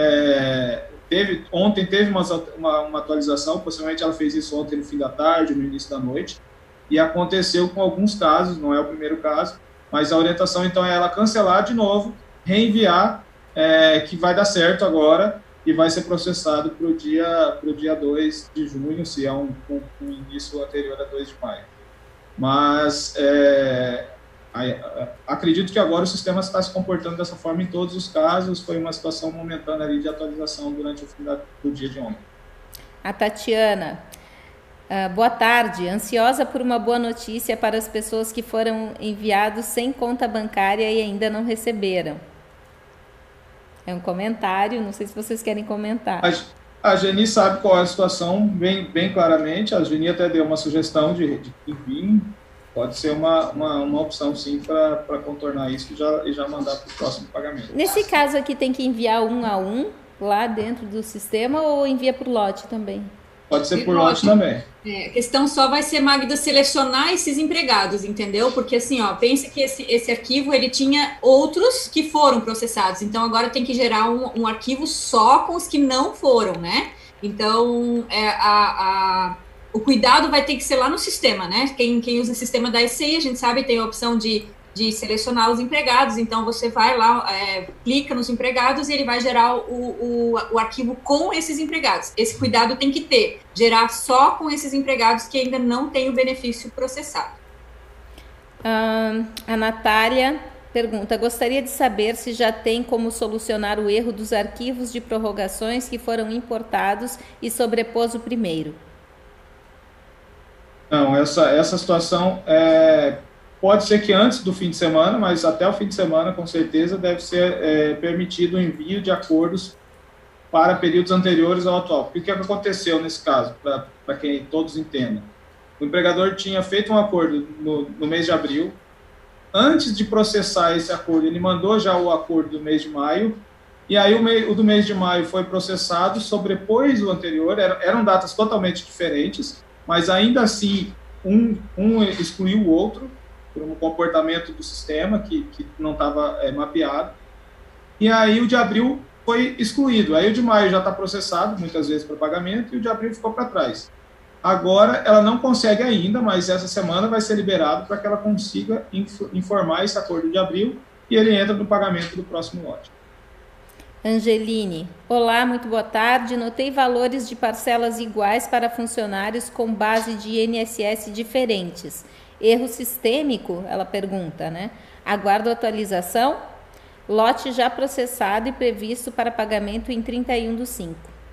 ontem teve uma atualização, possivelmente ela fez isso ontem no fim da tarde, no início da noite, e aconteceu com alguns casos, não é o primeiro caso, mas a orientação, então, é ela cancelar de novo, reenviar, que vai dar certo agora, e vai ser processado para o dia 2 de junho, se é um início anterior a 2 de maio. Mas acredito que agora o sistema está se comportando dessa forma em todos os casos, foi uma situação momentânea ali de atualização durante o fim do dia de ontem. A Tatiana, boa tarde, ansiosa por uma boa notícia para as pessoas que foram enviados sem conta bancária e ainda não receberam. É um comentário, não sei se vocês querem comentar. A Geni sabe qual é a situação bem claramente, a Geni até deu uma sugestão de envio, pode ser uma opção sim para contornar isso e já mandar para o próximo pagamento. Nesse caso aqui tem que enviar 1 a 1 lá dentro do sistema ou envia por lote também? Pode ser por lote também. A questão só vai ser, Magda, selecionar esses empregados, entendeu? Porque assim, pensa que esse arquivo, ele tinha outros que foram processados, então agora tem que gerar um arquivo só com os que não foram, né? Então, o cuidado vai ter que ser lá no sistema, né? Quem usa o sistema da ECI, a gente sabe, tem a opção de selecionar os empregados, então você vai lá, clica nos empregados e ele vai gerar o arquivo com esses empregados. Esse cuidado tem que ter, gerar só com esses empregados que ainda não têm o benefício processado. A Natália pergunta, gostaria de saber se já tem como solucionar o erro dos arquivos de prorrogações que foram importados e sobrepôs o primeiro. Não, essa situação pode ser que antes do fim de semana, mas até o fim de semana, com certeza, deve ser permitido o envio de acordos para períodos anteriores ao atual. O que aconteceu nesse caso, para quem todos entendam? O empregador tinha feito um acordo no mês de abril. Antes de processar esse acordo, ele mandou já o acordo do mês de maio, e aí o do mês de maio foi processado, sobrepôs o anterior, eram datas totalmente diferentes, mas ainda assim, um excluiu o outro, por um comportamento do sistema que não estava mapeado. E aí o de abril foi excluído. Aí o de maio já está processado, muitas vezes para pagamento, e o de abril ficou para trás. Agora, ela não consegue ainda, mas essa semana vai ser liberado para que ela consiga informar esse acordo de abril e ele entra no pagamento do próximo lote. Angeline, olá, muito boa tarde. Notei valores de parcelas iguais para funcionários com base de INSS diferentes. Erro sistêmico? Ela pergunta, né? Aguardo atualização. Lote já processado e previsto para pagamento em 31/5.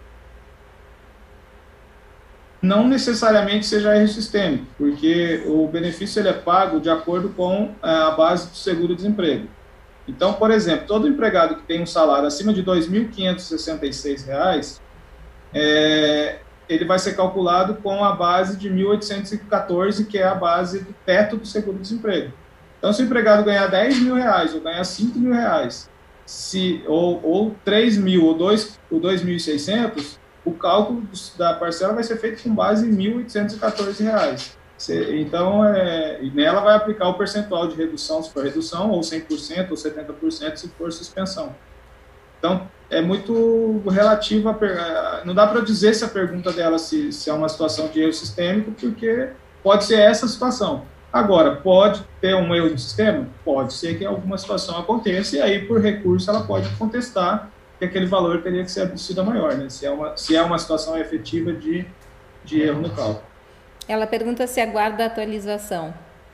Não necessariamente seja erro sistêmico, porque o benefício ele é pago de acordo com a base do seguro-desemprego. Então, por exemplo, todo empregado que tem um salário acima de R$ 2.566, ele vai ser calculado com a base de 1.814, que é a base do teto do seguro-desemprego. Então, se o empregado ganhar R$10.000 ou ganhar R$5.000, ou 3.000 ou 2.600, o cálculo da parcela vai ser feito com base em R$1.814. Então, e nela vai aplicar o percentual de redução, se for redução, ou 100%, ou 70%, se for suspensão. Então, é muito relativo, não dá para dizer se a pergunta dela se é uma situação de erro sistêmico, porque pode ser essa situação. Agora, pode ter um erro no sistema? Pode ser que alguma situação aconteça, e aí, por recurso, ela pode contestar que aquele valor teria que ser sido maior, né? Se é uma situação efetiva de erro no cálculo. Ela pergunta se aguarda a atualização.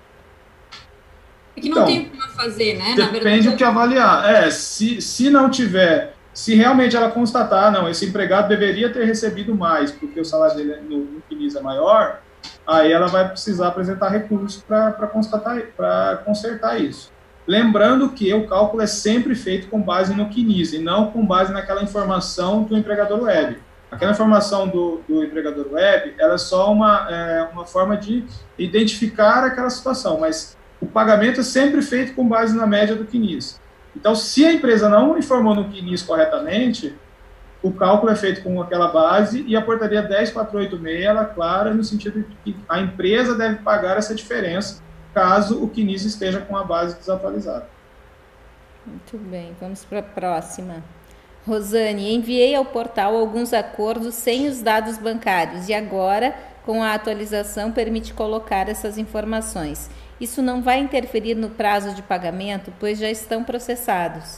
É que não tem como fazer, né? Depende do que avaliar. Se não tiver, se realmente ela constatar, não, esse empregado deveria ter recebido mais, porque o salário dele no CNIS é maior, aí ela vai precisar apresentar recurso para consertar isso. Lembrando que o cálculo é sempre feito com base no CNIS e não com base naquela informação do empregador web. Aquela informação do empregador web, ela é só uma forma de identificar aquela situação, mas o pagamento é sempre feito com base na média do CNIS. Então, se a empresa não informou no CNIS corretamente, o cálculo é feito com aquela base e a portaria 10486, ela clara no sentido de que a empresa deve pagar essa diferença caso o CNIS esteja com a base desatualizada. Muito bem, vamos para a próxima. Rosane, enviei ao portal alguns acordos sem os dados bancários e agora, com a atualização, permite colocar essas informações. Isso não vai interferir no prazo de pagamento, pois já estão processados.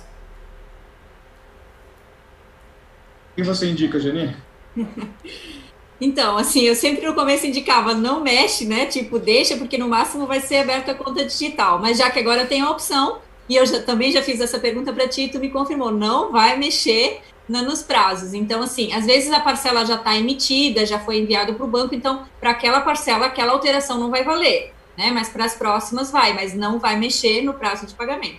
O que você indica, Geni? Então, assim, eu sempre no começo indicava, não mexe, né? Tipo, deixa, porque no máximo vai ser aberta a conta digital. Mas já que agora tem a opção, e eu também já fiz essa pergunta para ti, e tu me confirmou, não vai mexer nos prazos. Então, assim, às vezes a parcela já está emitida, já foi enviado para o banco, então, para aquela parcela, aquela alteração não vai valer, né? Mas para as próximas vai, mas não vai mexer no prazo de pagamento.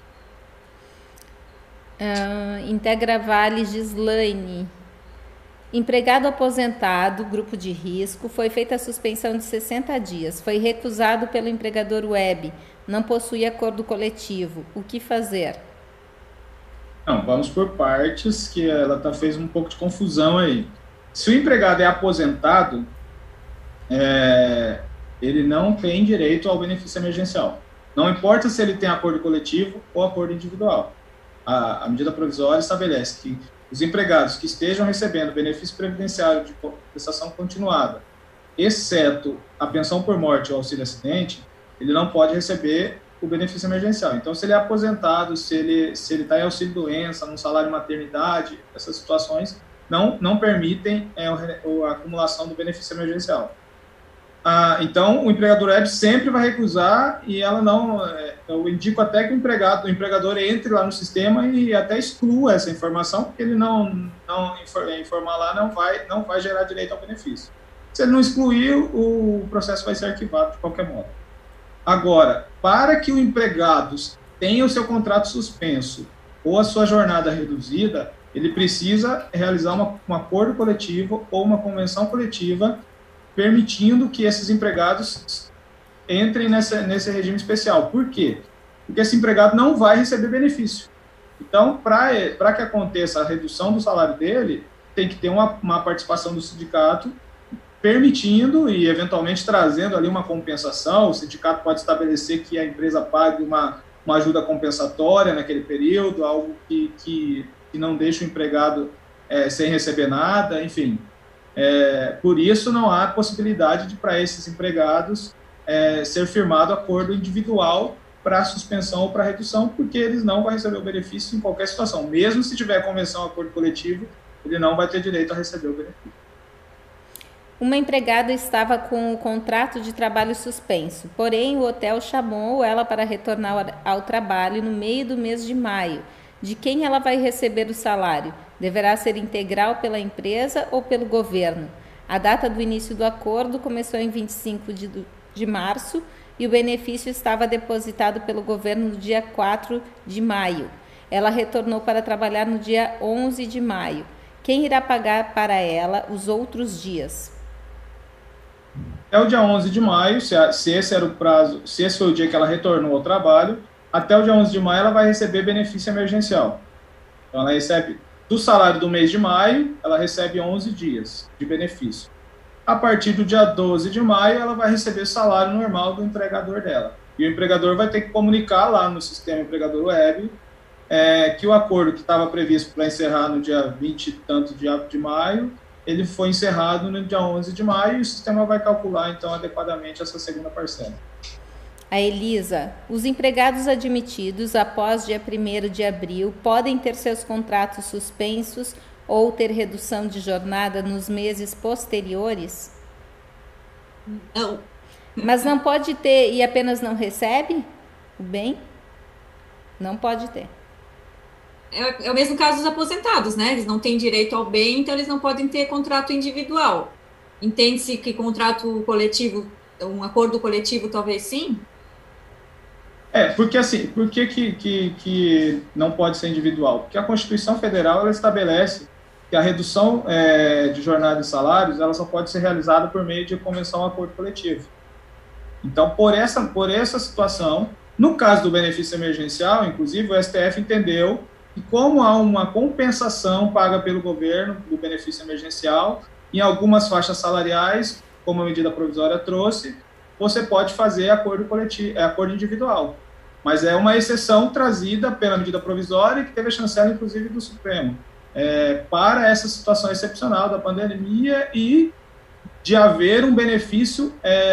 Integra Vale Gislaine. Empregado aposentado, grupo de risco, foi feita a suspensão de 60 dias. Foi recusado pelo empregador web. Não possui acordo coletivo. O que fazer? Não, vamos por partes, que ela fez um pouco de confusão aí. Se o empregado é aposentado, ele não tem direito ao benefício emergencial. Não importa se ele tem acordo coletivo ou acordo individual. A medida provisória estabelece que os empregados que estejam recebendo benefício previdenciário de prestação continuada, exceto a pensão por morte ou auxílio acidente, ele não pode receber o benefício emergencial. Então, se ele é aposentado, se ele está em auxílio-doença, num salário maternidade, essas situações não permitem a acumulação do benefício emergencial. Então, o empregador web sempre vai recusar e ela não... eu indico até que o empregador entre lá no sistema e até exclua essa informação, porque ele não informar lá não vai gerar direito ao benefício. Se ele não excluir, o processo vai ser arquivado de qualquer modo. Agora, para que o empregado tenha o seu contrato suspenso ou a sua jornada reduzida, ele precisa realizar um acordo coletivo ou uma convenção coletiva permitindo que esses empregados entrem nesse regime especial. Por quê? Porque esse empregado não vai receber benefício. Então, para que aconteça a redução do salário dele, tem que ter uma participação do sindicato permitindo e, eventualmente, trazendo ali uma compensação. O sindicato pode estabelecer que a empresa pague uma ajuda compensatória naquele período, algo que que não deixa o empregado sem receber nada, enfim. Por isso, não há possibilidade de, para esses empregados, ser firmado acordo individual para suspensão ou para redução, porque eles não vão receber o benefício em qualquer situação. Mesmo se tiver convenção ou acordo coletivo, ele não vai ter direito a receber o benefício. Uma empregada estava com o contrato de trabalho suspenso, porém o hotel chamou ela para retornar ao trabalho no meio do mês de maio. De quem ela vai receber o salário? Deverá ser integral pela empresa ou pelo governo? A data do início do acordo começou em 25 de março e o benefício estava depositado pelo governo no dia 4 de maio. Ela retornou para trabalhar no dia 11 de maio. Quem irá pagar para ela os outros dias? Até o dia 11 de maio, se esse era o prazo, se esse foi o dia que ela retornou ao trabalho, até o dia 11 de maio ela vai receber benefício emergencial. Então, ela recebe do salário do mês de maio, ela recebe 11 dias de benefício. A partir do dia 12 de maio, ela vai receber o salário normal do empregador dela. E o empregador vai ter que comunicar lá no sistema empregador web que o acordo que estava previsto para encerrar no dia 20 e tanto de maio, ele foi encerrado no dia 11 de maio e o sistema vai calcular, então, adequadamente essa segunda parcela. A Elisa, os empregados admitidos após dia 1º de abril podem ter seus contratos suspensos ou ter redução de jornada nos meses posteriores? Não. Mas não pode ter e apenas não recebe o bem? Não pode ter. É o mesmo caso dos aposentados, né? Eles não têm direito ao bem, então eles não podem ter contrato individual. Entende-se que contrato coletivo, um acordo coletivo, talvez sim? Porque assim, por que não pode ser individual? Porque a Constituição Federal ela estabelece que a redução de jornada e salários ela só pode ser realizada por meio de convenção ou acordo coletivo. Então, por essa situação, no caso do benefício emergencial, inclusive, o STF entendeu que como há uma compensação paga pelo governo do benefício emergencial, em algumas faixas salariais, como a medida provisória trouxe, você pode fazer acordo coletivo, acordo individual. Mas é uma exceção trazida pela medida provisória que teve a chancela, inclusive, do Supremo, para essa situação excepcional da pandemia e de haver um benefício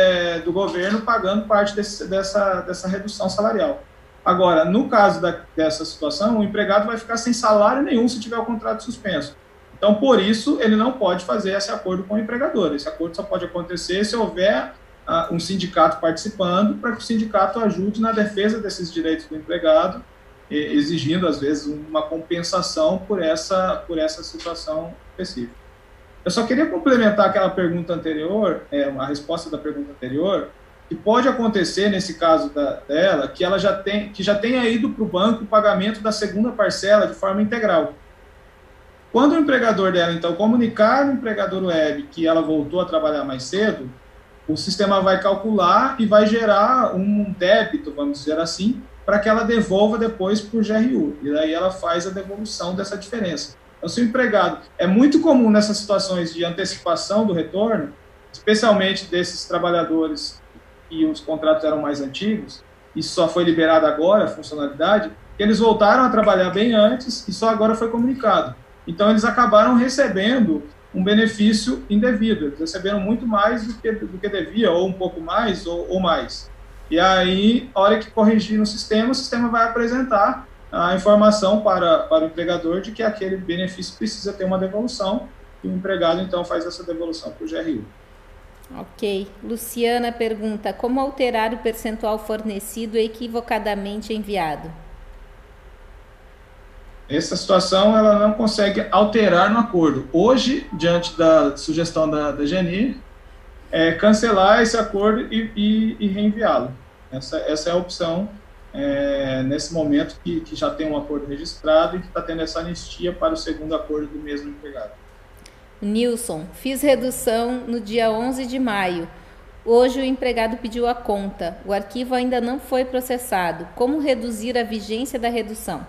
do governo pagando parte dessa redução salarial. Agora, no caso dessa situação, o empregado vai ficar sem salário nenhum se tiver o contrato suspenso. Então, por isso, ele não pode fazer esse acordo com o empregador. Esse acordo só pode acontecer se houver um sindicato participando, para que o sindicato ajude na defesa desses direitos do empregado, exigindo, às vezes, uma compensação por essa situação específica. Eu só queria complementar aquela pergunta anterior, a resposta da pergunta anterior, que pode acontecer, nesse caso dela, que ela já tenha ido para o banco o pagamento da segunda parcela de forma integral. Quando o empregador dela, então, comunicar no empregador web que ela voltou a trabalhar mais cedo, o sistema vai calcular e vai gerar um débito, vamos dizer assim, para que ela devolva depois por GRU. E daí ela faz a devolução dessa diferença. Então, se o empregado... É muito comum nessas situações de antecipação do retorno, especialmente desses trabalhadores que os contratos eram mais antigos, e só foi liberada agora a funcionalidade, que eles voltaram a trabalhar bem antes e só agora foi comunicado. Então, eles acabaram recebendo um benefício indevido, eles receberam muito mais do que devia, ou um pouco mais, ou mais. E aí, a hora que corrigir no sistema, o sistema vai apresentar a informação para o empregador de que aquele benefício precisa ter uma devolução, e o empregado, então, faz essa devolução para o GRU. Ok. Luciana pergunta, como alterar o percentual fornecido equivocadamente enviado? Essa situação ela não consegue alterar no acordo. Hoje, diante da sugestão da Geni, cancelar esse acordo e reenviá-lo. Essa é a opção nesse momento que já tem um acordo registrado e que está tendo essa anistia para o segundo acordo do mesmo empregado. Nilson, fiz redução no dia 11 de maio. Hoje o empregado pediu a conta. O arquivo ainda não foi processado. Como reduzir a vigência da redução?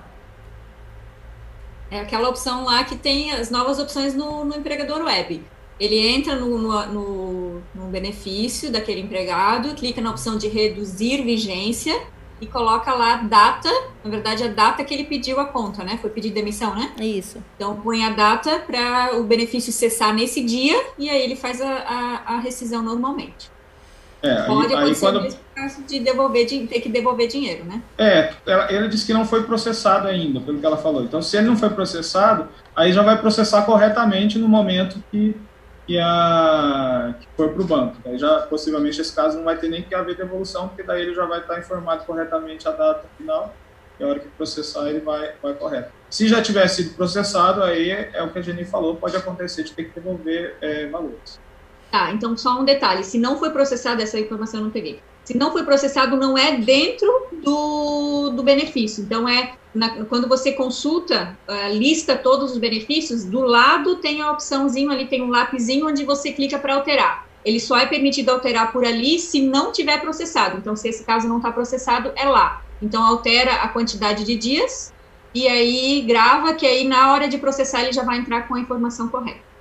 É aquela opção lá que tem as novas opções no empregador web. Ele entra no benefício daquele empregado, clica na opção de reduzir vigência e coloca lá a data, na verdade a data que ele pediu a conta, né? Foi pedir demissão, né? Isso. Então põe a data para o benefício cessar nesse dia e aí ele faz a rescisão normalmente. Pode acontecer mesmo no caso de ter que devolver dinheiro, né? Ele disse que não foi processado ainda, pelo que ela falou. Então, se ele não foi processado, aí já vai processar corretamente no momento que for para o banco. Aí já, possivelmente, esse caso não vai ter nem que haver devolução, porque daí ele já vai estar informado corretamente a data final, e a hora que processar ele vai correto. Se já tiver sido processado, aí é o que a Jenny falou, pode acontecer de ter que devolver valores. Tá, então só um detalhe, se não foi processado, essa informação eu não peguei, se não foi processado, não é dentro do benefício, então quando você consulta, lista todos os benefícios, do lado tem a opçãozinho ali, tem um lapisinho onde você clica para alterar, ele só é permitido alterar por ali se não tiver processado, então se esse caso não está processado, é lá, então altera a quantidade de dias, e aí grava, que aí na hora de processar ele já vai entrar com a informação correta.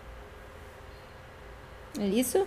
É isso?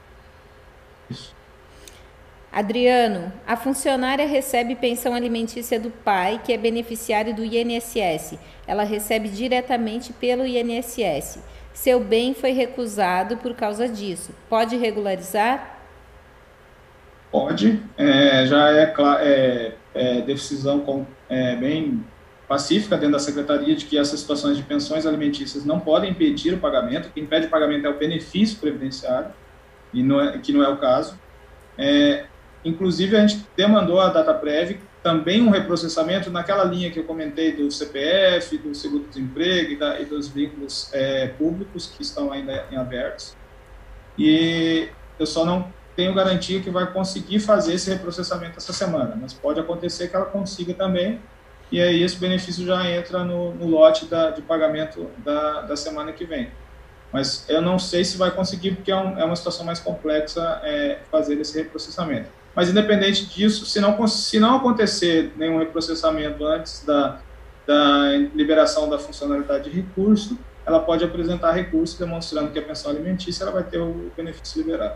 Adriano, a funcionária recebe pensão alimentícia do pai, que é beneficiário do INSS. Ela recebe diretamente pelo INSS. Seu bem foi recusado por causa disso. Pode regularizar? Pode. Já é decisão bem pacífica dentro da Secretaria de que essas situações de pensões alimentícias não podem impedir o pagamento. Quem impede o pagamento é o benefício previdenciário, que não é o caso. Inclusive, a gente demandou à Dataprev também um reprocessamento naquela linha que eu comentei do CPF, do seguro-desemprego e dos vínculos públicos que estão ainda em abertos. E eu só não tenho garantia que vai conseguir fazer esse reprocessamento essa semana, mas pode acontecer que ela consiga também, e aí esse benefício já entra no lote de pagamento da semana que vem. Mas eu não sei se vai conseguir, porque é uma situação mais complexa fazer esse reprocessamento. Mas, independente disso, se não acontecer nenhum reprocessamento antes da liberação da funcionalidade de recurso, ela pode apresentar recurso demonstrando que a pensão alimentícia ela vai ter o benefício liberado.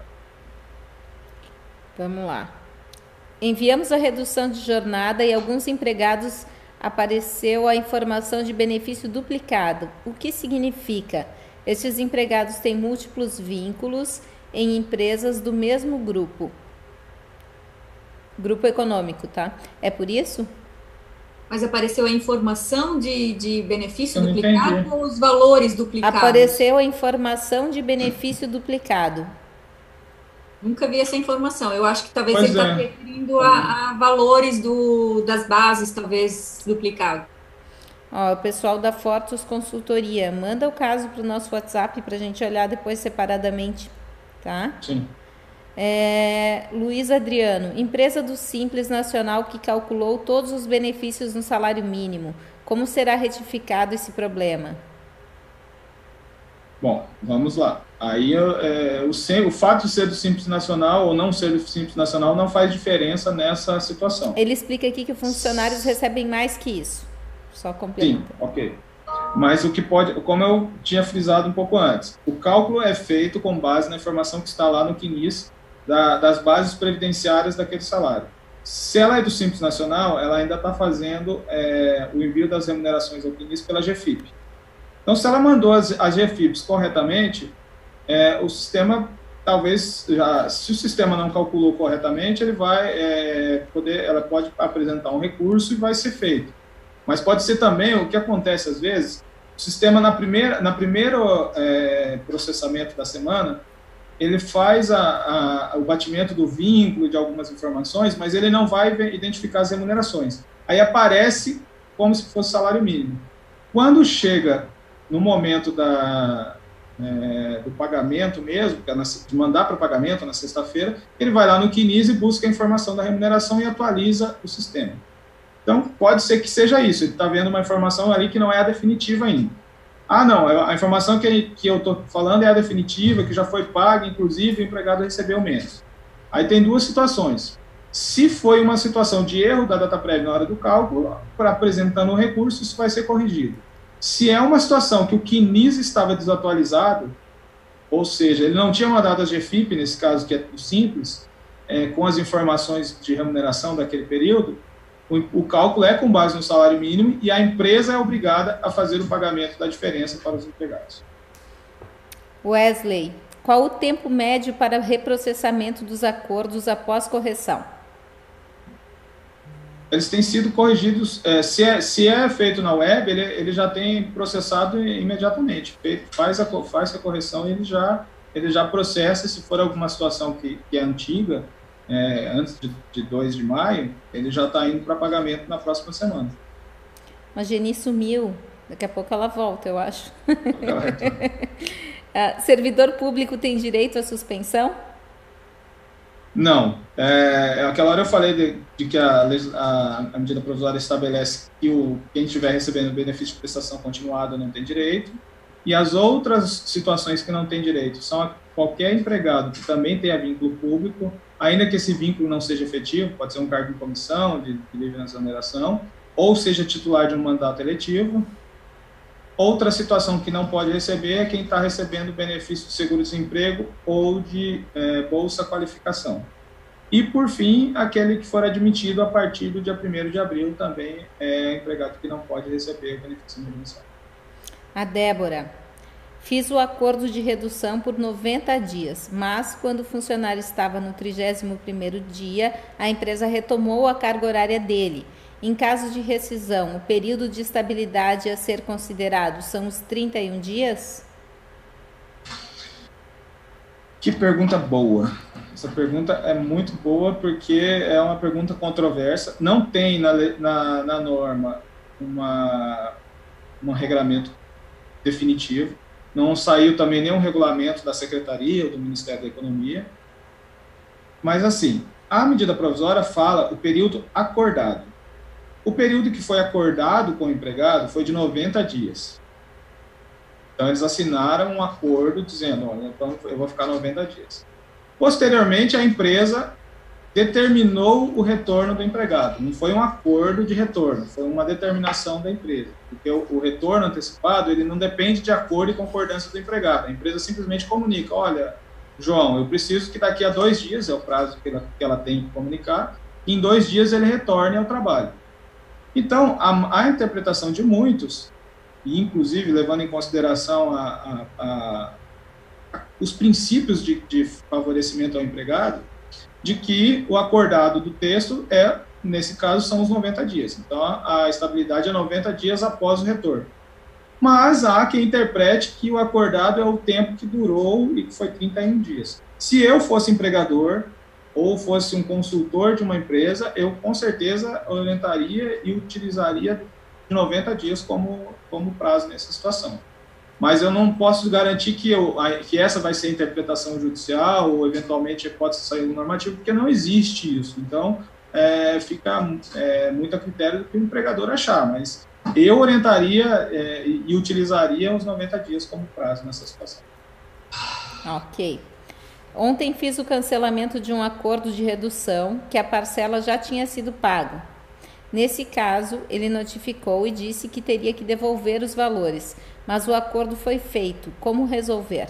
Vamos lá. Enviamos a redução de jornada e alguns empregados apareceu a informação de benefício duplicado. O que significa? Estes empregados têm múltiplos vínculos em empresas do mesmo grupo econômico, tá? É por isso? Mas apareceu a informação de benefício duplicado ou os valores duplicados? Apareceu a informação de benefício duplicado. Nunca vi essa informação. Eu acho que talvez ele está referindo a valores das bases, talvez, duplicado. O pessoal da Fortus Consultoria, manda o caso para o nosso WhatsApp para a gente olhar depois separadamente, tá? Sim. Luiz Adriano, empresa do Simples Nacional que calculou todos os benefícios no salário mínimo. Como será retificado esse problema? Bom, vamos lá. Aí o fato de ser do Simples Nacional ou não ser do Simples Nacional não faz diferença nessa situação. Ele explica aqui que funcionários recebem mais que isso. Só complementa. Sim, ok. Mas o que pode, como eu tinha frisado um pouco antes, o cálculo é feito com base na informação que está lá no CNIS das bases previdenciárias daquele salário. Se ela é do Simples Nacional, ela ainda está fazendo o envio das remunerações ao CNIS pela GFIP. Então, se ela mandou as GFIPs corretamente, o sistema, talvez, se o sistema não calculou corretamente, ela pode apresentar um recurso e vai ser feito. Mas pode ser também, o que acontece às vezes, o sistema na primeiro processamento da semana, ele faz o batimento do vínculo de algumas informações, mas ele não vai identificar as remunerações. Aí aparece como se fosse salário mínimo. Quando chega no momento do pagamento mesmo, de mandar para o pagamento na sexta-feira, ele vai lá no CNIS e busca a informação da remuneração e atualiza o sistema. Então, pode ser que seja isso, ele está vendo uma informação ali que não é a definitiva ainda. Não, a informação que eu estou falando é a definitiva, que já foi paga, inclusive o empregado recebeu menos. Aí tem duas situações. Se foi uma situação de erro da Dataprev na hora do cálculo, apresentando um recurso, isso vai ser corrigido. Se é uma situação que o CNIS estava desatualizado, ou seja, ele não tinha mandado a GFIP, nesse caso que é simples, com as informações de remuneração daquele período, o cálculo é com base no salário mínimo e a empresa é obrigada a fazer o pagamento da diferença para os empregados. Wesley, qual o tempo médio para reprocessamento dos acordos após correção? Eles têm sido corrigidos, se é feito na web, ele já tem processado imediatamente. Faz a correção e ele já processa. Se for alguma situação que é antiga, antes de 2 de maio, ele já está indo para pagamento na próxima semana. A Geni sumiu, daqui a pouco ela volta, eu acho. Servidor público tem direito à suspensão? Não. Aquela hora eu falei de que a medida provisória estabelece que quem estiver recebendo benefício de prestação continuada não tem direito, e as outras situações que não tem direito são qualquer empregado que também tenha vínculo público, ainda que esse vínculo não seja efetivo, pode ser um cargo em comissão, de livre exoneração, ou seja titular de um mandato eletivo. Outra situação que não pode receber é quem está recebendo benefício de seguro-desemprego ou de bolsa qualificação. E, por fim, aquele que for admitido a partir do dia 1º de abril também é empregado que não pode receber o benefício emergencial. A Débora, fiz o acordo de redução por 90 dias, mas quando o funcionário estava no 31º dia, a empresa retomou a carga horária dele. Em caso de rescisão, o período de estabilidade a ser considerado são os 31 dias? Que pergunta boa. Essa pergunta é muito boa porque é uma pergunta controversa. Não tem na norma um regramento definitivo. Não saiu também nenhum regulamento da Secretaria ou do Ministério da Economia. Mas, assim, a medida provisória fala o período acordado. O período que foi acordado com o empregado foi de 90 dias. Então, eles assinaram um acordo dizendo, olha, então eu vou ficar 90 dias. Posteriormente, a empresa determinou o retorno do empregado. Não foi um acordo de retorno, foi uma determinação da empresa. Porque o retorno antecipado, ele não depende de acordo e concordância do empregado. A empresa simplesmente comunica, olha, João, eu preciso que daqui a 2 dias, é o prazo que ela tem que comunicar, em 2 dias ele retorne ao trabalho. Então, a interpretação de muitos, e inclusive levando em consideração os princípios de favorecimento ao empregado, de que o acordado do texto nesse caso, são os 90 dias. Então, a estabilidade é 90 dias após o retorno. Mas há quem interprete que o acordado é o tempo que durou e que foi 31 dias. Se eu fosse empregador, ou fosse um consultor de uma empresa, eu com certeza orientaria e utilizaria de 90 dias como prazo nessa situação. Mas eu não posso garantir que essa vai ser a interpretação judicial ou eventualmente pode sair um normativo, porque não existe isso. Então, fica muito a critério do que o empregador achar, mas eu orientaria e utilizaria os 90 dias como prazo nessa situação. Ok. Ontem fiz o cancelamento de um acordo de redução que a parcela já tinha sido paga. Nesse caso, ele notificou e disse que teria que devolver os valores, mas o acordo foi feito. Como resolver?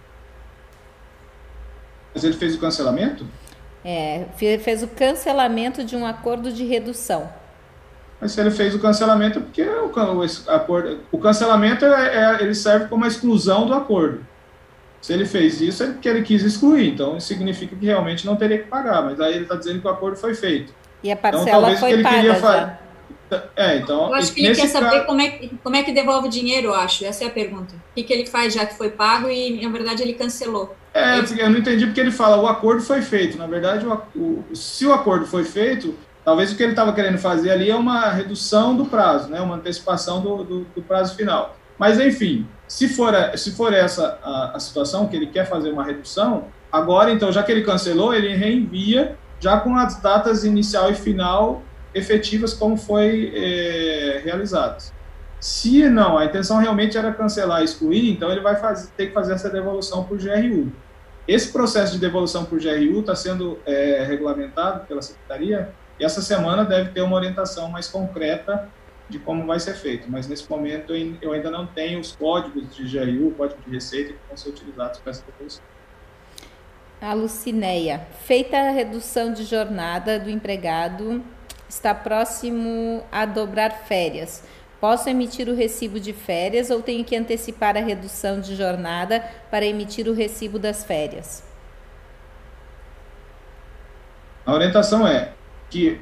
Mas ele fez o cancelamento? Fez o cancelamento de um acordo de redução. Mas se ele fez o cancelamento, é porque o cancelamento ele serve como a exclusão do acordo. Se ele fez isso, é porque ele quis excluir, então isso significa que realmente não teria que pagar, mas aí ele está dizendo que o acordo foi feito. E a parcela então, foi paga já. Então, eu acho que ele quer saber como é que devolve o dinheiro, eu acho. Essa é a pergunta. O que ele faz já que foi pago e, na verdade, ele cancelou? Eu não entendi porque ele fala o acordo foi feito. Na verdade, se o acordo foi feito, talvez o que ele estava querendo fazer ali é uma redução do prazo, né? Uma antecipação do prazo final. Mas, enfim, se for essa a situação, que ele quer fazer uma redução, agora, então, já que ele cancelou, ele reenvia já com as datas inicial e final efetivas como foi realizadas. Se não, a intenção realmente era cancelar e excluir, então ele vai ter que fazer essa devolução por GRU. Esse processo de devolução por GRU está sendo regulamentado pela Secretaria e essa semana deve ter uma orientação mais concreta de como vai ser feito, mas nesse momento eu ainda não tenho os códigos de GRU, código de receita que vão ser utilizados para essa devolução. A Lucinéia, feita a redução de jornada do empregado, está próximo a dobrar férias. Posso emitir o recibo de férias ou tenho que antecipar a redução de jornada para emitir o recibo das férias? A orientação é que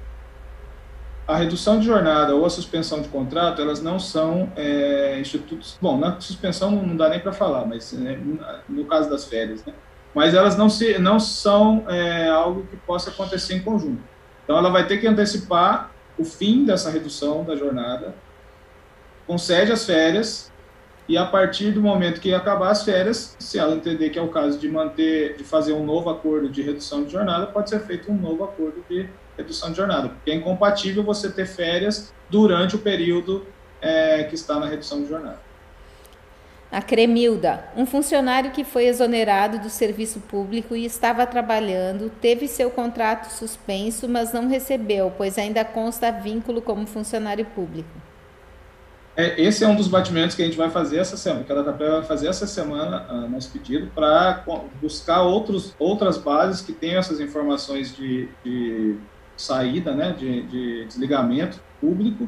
a redução de jornada ou a suspensão de contrato, elas não são institutos... Bom, na suspensão não dá nem para falar, mas no caso das férias, né? Mas elas não são algo que possa acontecer em conjunto. Então, ela vai ter que antecipar o fim dessa redução da jornada, concede as férias, e a partir do momento que acabar as férias, se ela entender que é o caso de fazer um novo acordo de redução de jornada, pode ser feito um novo acordo de redução de jornada, porque é incompatível você ter férias durante o período que está na redução de jornada. A Cremilda, um funcionário que foi exonerado do serviço público e estava trabalhando, teve seu contrato suspenso, mas não recebeu, pois ainda consta vínculo como funcionário público. Esse é um dos batimentos que a gente vai fazer essa semana, que a Datapé vai fazer essa semana, nosso pedido, para buscar outras bases que tenham essas informações de saída, né, de desligamento público,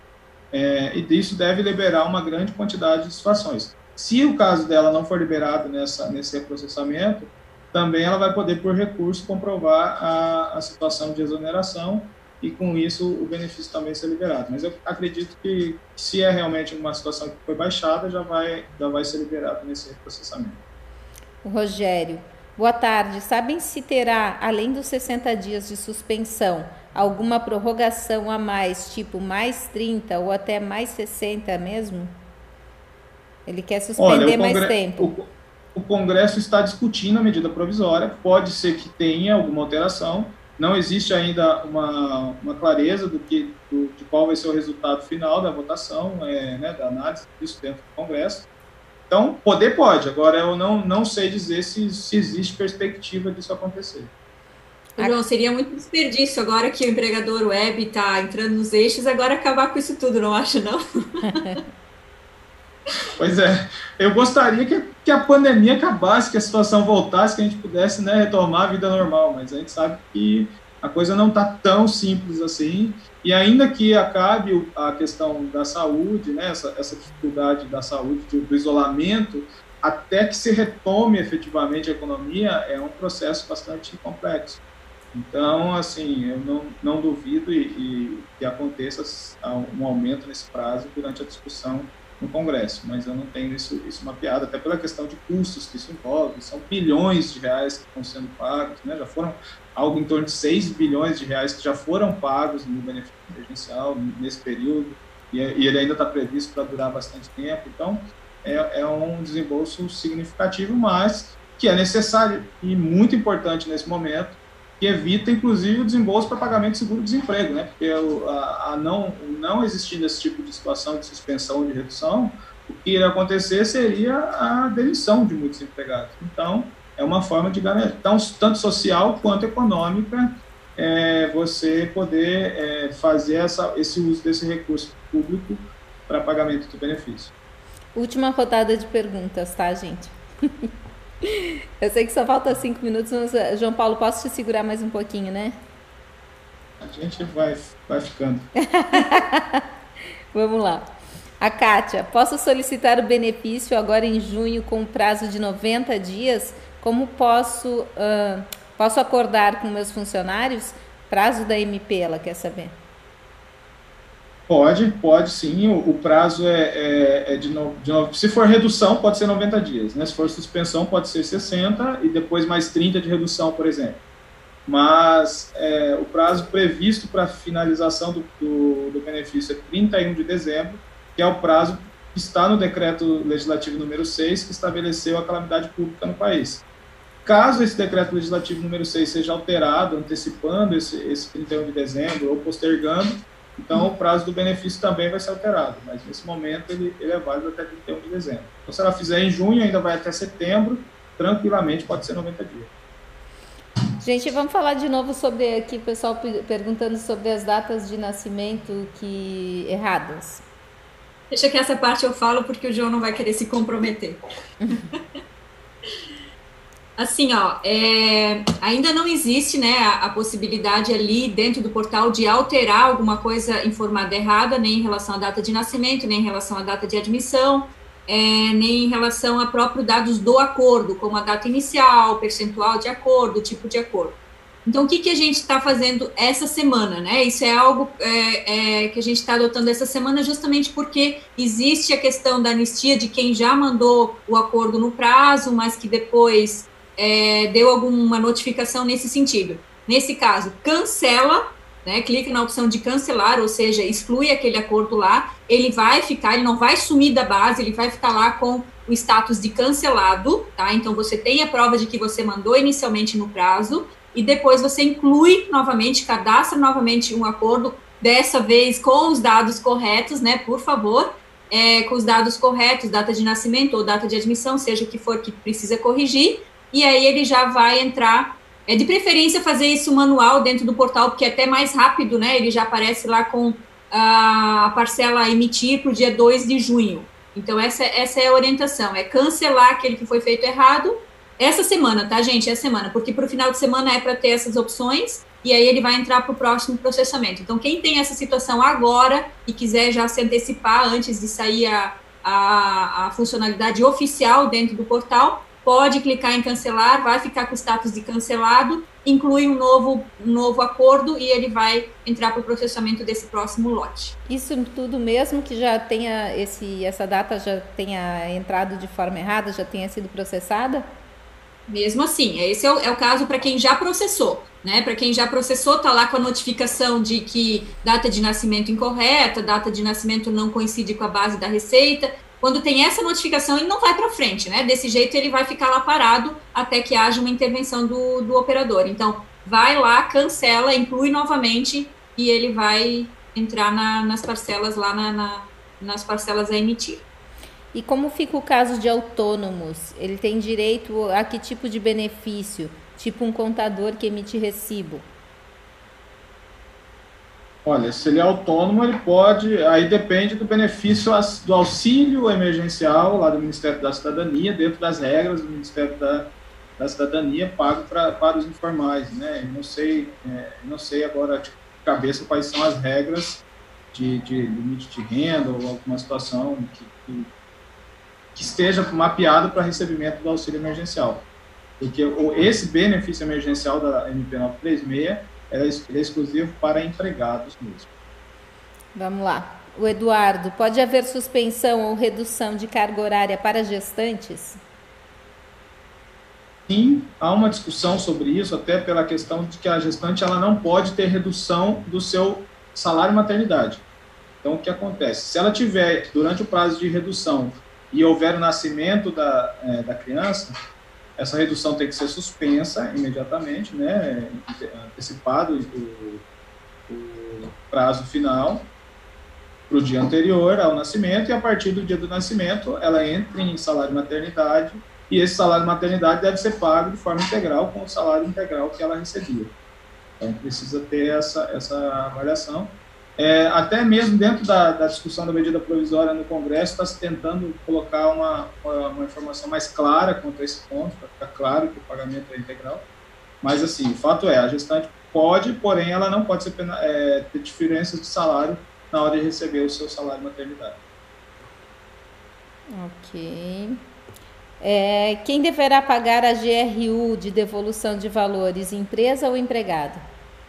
e disso deve liberar uma grande quantidade de situações. Se o caso dela não for liberado nesse processamento, também ela vai poder, por recurso, comprovar a situação de exoneração e, com isso, o benefício também ser liberado. Mas eu acredito que, se é realmente uma situação que foi baixada, já vai ser liberado nesse processamento. O Rogério, boa tarde. Sabem se terá, além dos 60 dias de suspensão, alguma prorrogação a mais, tipo mais 30 ou até mais 60 mesmo? Ele quer suspender mais tempo. O Congresso está discutindo a medida provisória, pode ser que tenha alguma alteração, não existe ainda uma clareza de qual vai ser o resultado final da votação, da análise disso dentro do Congresso. Então, poder pode, agora eu não sei dizer se existe perspectiva disso acontecer. João, seria muito desperdício agora que o empregador web está entrando nos eixos, agora acabar com isso tudo, não acha, não? Pois é, eu gostaria que a pandemia acabasse, que a situação voltasse, que a gente pudesse, né, retomar a vida normal, mas a gente sabe que a coisa não está tão simples assim, e ainda que acabe a questão da saúde, né, essa dificuldade da saúde, do isolamento, até que se retome efetivamente a economia, é um processo bastante complexo. Então, assim, eu não duvido que aconteça um aumento nesse prazo durante a discussão no Congresso, mas eu não tenho isso mapeado, até pela questão de custos que isso envolve, são bilhões de reais que estão sendo pagos, né? Já foram algo em torno de 6 bilhões de reais que já foram pagos no benefício emergencial nesse período, e ele ainda está previsto para durar bastante tempo, então é um desembolso significativo, mas que é necessário e muito importante nesse momento, que evita, inclusive, o desembolso para pagamento de seguro-desemprego, né? Porque não existindo esse tipo de situação de suspensão ou de redução, o que iria acontecer seria a demissão de muitos empregados. Então, é uma forma de garantir, tanto social quanto econômica, você poder fazer esse uso desse recurso público para pagamento do benefício. Última rodada de perguntas, tá, gente? Eu sei que só falta 5 minutos, mas, João Paulo, posso te segurar mais um pouquinho, né? A gente vai ficando. Vamos lá. A Kátia, posso solicitar o benefício agora em junho com prazo de 90 dias? Como posso acordar com meus funcionários? Prazo da MP, ela quer saber. Pode sim, o prazo se for redução pode ser 90 dias, né? Se for suspensão pode ser 60 e depois mais 30 de redução, por exemplo. Mas o prazo previsto para finalização do benefício é 31 de dezembro, que é o prazo que está no decreto legislativo número 6, que estabeleceu a calamidade pública no país. Caso esse decreto legislativo número 6 seja alterado, antecipando esse 31 de dezembro ou postergando, então o prazo do benefício também vai ser alterado, mas nesse momento ele é válido até 31 de dezembro. Então, se ela fizer em junho, ainda vai até setembro, tranquilamente pode ser 90 dias. Gente, vamos falar de novo sobre aqui, o pessoal perguntando sobre as datas de nascimento erradas. Deixa que essa parte eu falo, porque o João não vai querer se comprometer. Assim, ó, ainda não existe, né, a possibilidade ali dentro do portal de alterar alguma coisa informada errada, nem em relação à data de nascimento, nem em relação à data de admissão, nem em relação a próprios dados do acordo, como a data inicial, percentual de acordo, tipo de acordo. Então, o que a gente está fazendo essa semana, né? Isso é algo que a gente está adotando essa semana justamente porque existe a questão da anistia de quem já mandou o acordo no prazo, mas que depois deu alguma notificação nesse sentido. Nesse caso, cancela, né? Clica na opção de cancelar, ou seja, exclui aquele acordo lá, ele vai ficar, ele não vai sumir da base, ele vai ficar lá com o status de cancelado, tá? Então, você tem a prova de que você mandou inicialmente no prazo, e depois você inclui novamente, cadastra novamente um acordo, dessa vez com os dados corretos, né, por favor, com os dados corretos, data de nascimento ou data de admissão, seja o que for que precisa corrigir, e aí ele já vai entrar, de preferência fazer isso manual dentro do portal, porque é até mais rápido, né, ele já aparece lá com a parcela a emitir para o dia 2 de junho. Então, essa é a orientação, cancelar aquele que foi feito errado, essa semana, tá, gente? Essa semana, porque para o final de semana é para ter essas opções e aí ele vai entrar para o próximo processamento. Então, quem tem essa situação agora e quiser já se antecipar antes de sair a funcionalidade oficial dentro do portal, pode clicar em cancelar, vai ficar com o status de cancelado, inclui um novo acordo e ele vai entrar para o processamento desse próximo lote. Isso tudo mesmo que já tenha essa data já tenha entrado de forma errada, já tenha sido processada? Mesmo assim, esse é o caso para quem já processou, né? Para quem já processou, tá lá com a notificação de que data de nascimento incorreta, data de nascimento não coincide com a base da receita. Quando tem essa notificação, ele não vai para frente, né? Desse jeito, ele vai ficar lá parado até que haja uma intervenção do operador. Então, vai lá, cancela, inclui novamente e ele vai entrar nas parcelas lá, nas parcelas a emitir. E como fica o caso de autônomos? Ele tem direito a que tipo de benefício? Tipo um contador que emite recibo? Olha, se ele é autônomo, ele pode, aí depende do benefício do auxílio emergencial lá do Ministério da Cidadania, dentro das regras do Ministério da Cidadania, pago para os informais, né? Eu não sei agora de cabeça quais são as regras de limite de renda ou alguma situação que esteja mapeado para recebimento do auxílio emergencial. Porque esse benefício emergencial da MP 936 ele é exclusivo para empregados mesmo. Vamos lá. O Eduardo, pode haver suspensão ou redução de carga horária para gestantes? Sim, há uma discussão sobre isso, até pela questão de que a gestante ela não pode ter redução do seu salário maternidade. Então, o que acontece? Se ela tiver, durante o prazo de redução, e houver o nascimento da criança, essa redução tem que ser suspensa imediatamente, né, antecipado o prazo final para o dia anterior ao nascimento, e a partir do dia do nascimento ela entra em salário maternidade, e esse salário maternidade deve ser pago de forma integral com o salário integral que ela recebia. Então precisa ter essa avaliação. Até mesmo dentro da discussão da medida provisória no Congresso, está se tentando colocar uma informação mais clara quanto a esse ponto, para ficar claro que o pagamento é integral. Mas, assim, o fato é, a gestante pode, porém, ela não pode ter diferenças de salário na hora de receber o seu salário maternidade. Ok. Quem deverá pagar a GRU de devolução de valores, empresa ou empregado?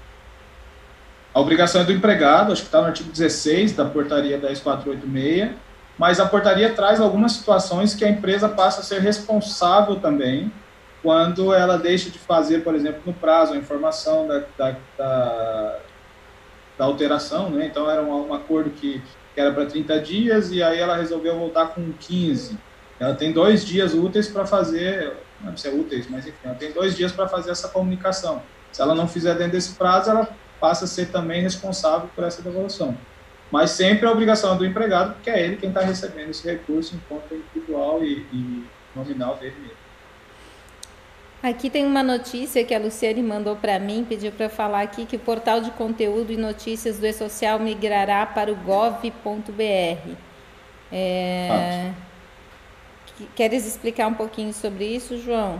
A obrigação é do empregado, acho que está no artigo 16 da portaria 10486, mas a portaria traz algumas situações que a empresa passa a ser responsável também quando ela deixa de fazer, por exemplo, no prazo, a informação da alteração, né? Então era um acordo que era para 30 dias e aí ela resolveu voltar com 15. Ela tem 2 dias úteis para fazer, não sei se é úteis, mas enfim, ela tem 2 dias para fazer essa comunicação. Se ela não fizer dentro desse prazo, ela passa a ser também responsável por essa devolução. Mas sempre a obrigação é do empregado, porque é ele quem está recebendo esse recurso em conta individual e nominal dele mesmo. Aqui tem uma notícia que a Luciane mandou para mim, pediu para eu falar aqui, que o portal de conteúdo e notícias do E-Social migrará para o gov.br. Queres explicar um pouquinho sobre isso, João?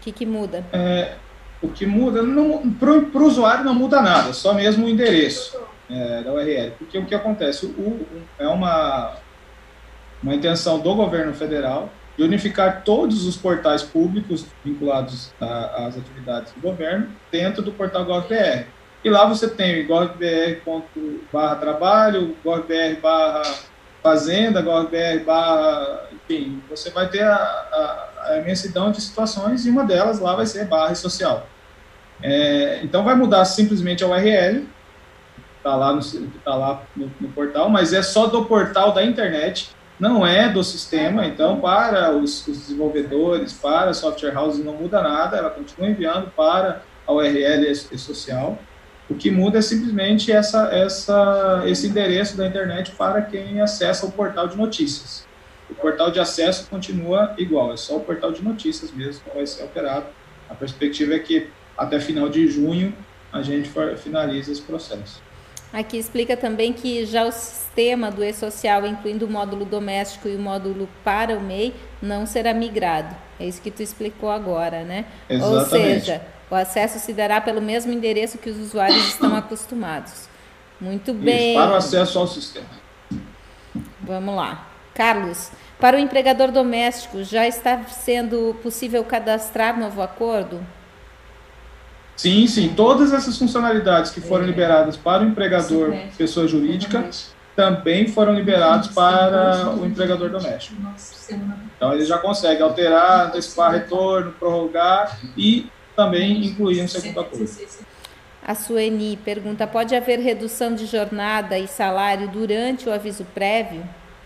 que muda? O que muda, para o usuário não muda nada, só mesmo o endereço da URL. Porque o que acontece? É uma intenção do governo federal de unificar todos os portais públicos vinculados às atividades do governo dentro do portal GovBR. E lá você tem o govbr.trabalho, govbr/fazenda, govbr/, enfim, você vai ter a imensidão de situações e uma delas lá vai ser barra social. Então vai mudar simplesmente a URL, está lá no portal, mas é só do portal da internet, não é do sistema. Então para os desenvolvedores, para a software house não muda nada, ela continua enviando para a URL social. O que muda é simplesmente esse endereço da internet para quem acessa o portal de notícias. O portal de acesso continua igual, é só o portal de notícias mesmo que vai ser alterado. A perspectiva é que até final de junho a gente finaliza esse processo. Aqui explica também que já o sistema do e-social, incluindo o módulo doméstico e o módulo para o MEI, não será migrado. É isso que tu explicou agora, né? Exatamente. Ou seja, o acesso se dará pelo mesmo endereço que os usuários estão acostumados. Muito bem. Isso, para o acesso ao sistema. Vamos lá. Carlos, para o empregador doméstico, já está sendo possível cadastrar novo acordo? Sim, sim. Todas essas funcionalidades que foram liberadas para o empregador, pessoa jurídica, também foram liberados para o empregador doméstico. Então, ele já consegue alterar, antecipar retorno, prorrogar e também incluir um segundo acordo. A Sueni pergunta, pode haver redução de jornada e salário durante o aviso prévio?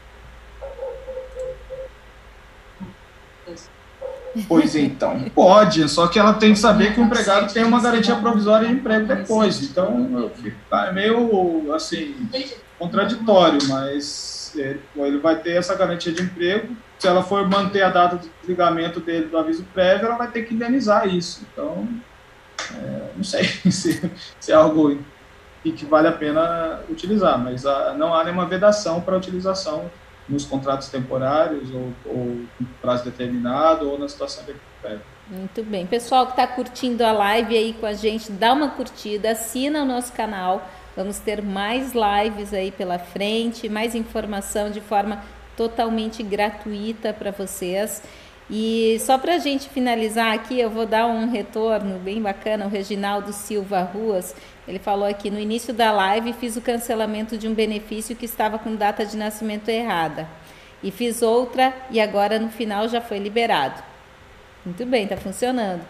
Pois então, pode, só que ela tem que saber que o empregado tem uma garantia provisória de emprego depois. Então, é meio, assim, contraditório, mas ele vai ter essa garantia de emprego. Se ela for manter a data de desligamento dele do aviso prévio, ela vai ter que indenizar isso. Então, não sei se é algo que vale a pena utilizar, mas não há nenhuma vedação para utilização nos contratos temporários ou em prazo determinado ou na situação de prévio. Muito bem. Pessoal que está curtindo a live aí com a gente, dá uma curtida, assina o nosso canal. Vamos ter mais lives aí pela frente, mais informação de forma totalmente gratuita para vocês. E só para a gente finalizar aqui, eu vou dar um retorno bem bacana. O Reginaldo Silva Ruas, ele falou aqui, no início da live fiz o cancelamento de um benefício que estava com data de nascimento errada. E fiz outra e agora no final já foi liberado. Muito bem, está funcionando.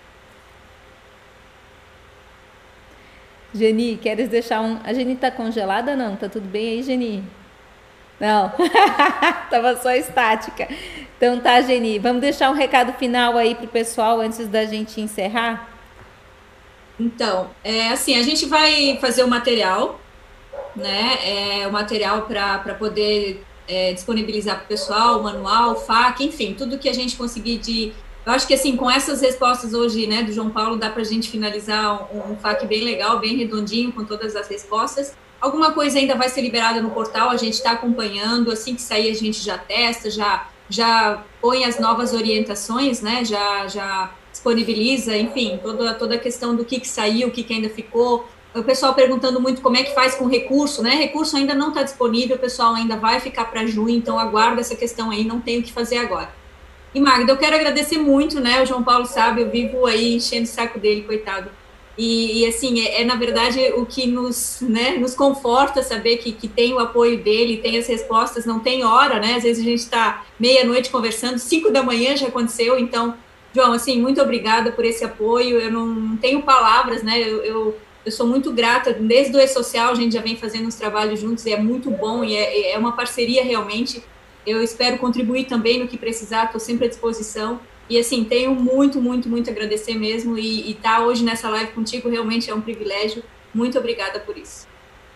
Geni, queres deixar um... A Geni está congelada ou não? Tá tudo bem aí, Geni? Não, estava só estática. Então tá, Geni, vamos deixar um recado final aí pro pessoal antes da gente encerrar? Então, assim, a gente vai fazer o material, né, o material para poder disponibilizar para o pessoal, o manual, o FAQ, enfim, tudo que a gente conseguir de... Eu acho que, assim, com essas respostas hoje, né, do João Paulo, dá para a gente finalizar um FAQ bem legal, bem redondinho, com todas as respostas. Alguma coisa ainda vai ser liberada no portal, a gente está acompanhando, assim que sair a gente já testa, já põe as novas orientações, né, já disponibiliza, enfim, toda a questão do que saiu, o que ainda ficou. O pessoal perguntando muito como é que faz com recurso, né, recurso ainda não está disponível, o pessoal ainda vai ficar para junho, então aguarda essa questão aí, não tem o que fazer agora. E Magda, eu quero agradecer muito, né, o João Paulo sabe, eu vivo aí enchendo o saco dele, coitado. E assim, na verdade o que nos conforta saber que tem o apoio dele, tem as respostas, não tem hora, né? Às vezes a gente está meia-noite conversando, 5 da manhã já aconteceu, então, João, assim, muito obrigada por esse apoio, eu não tenho palavras, né? Eu sou muito grata, desde o E-Social a gente já vem fazendo uns trabalhos juntos, e é muito bom, e é uma parceria realmente. Eu espero contribuir também no que precisar, estou sempre à disposição. E, assim, tenho muito a agradecer mesmo, e estar hoje nessa live contigo realmente é um privilégio. Muito obrigada por isso.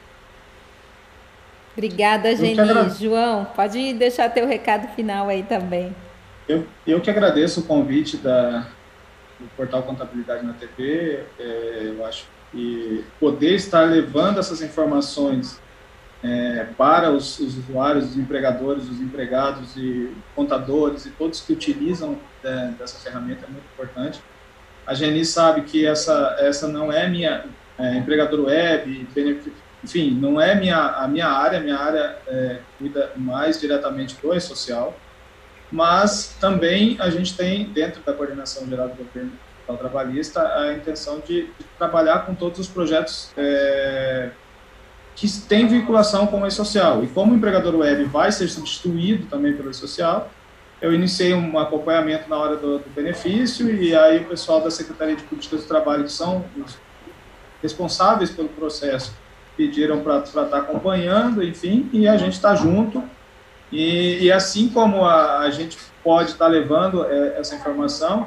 Obrigada, Geni. João, pode deixar teu recado final aí também. Eu que agradeço o convite do Portal Contabilidade na TV. Eu acho que poder estar levando essas informações para os usuários, os empregadores, os empregados e contadores e todos que utilizam dessa ferramenta é muito importante. A Geni sabe que essa não é minha empregador web, enfim, não é a minha área cuida mais diretamente do e-social, mas também a gente tem, dentro da Coordenação Geral do Governo Trabalhista, a intenção de trabalhar com todos os projetos que têm vinculação com o e-social. E como o empregador web vai ser substituído também pelo e-social, eu iniciei um acompanhamento na hora do benefício, e aí o pessoal da Secretaria de Políticas do Trabalho, que são os responsáveis pelo processo, pediram para estar acompanhando, enfim, e a gente está junto. E assim como a gente pode estar levando essa informação,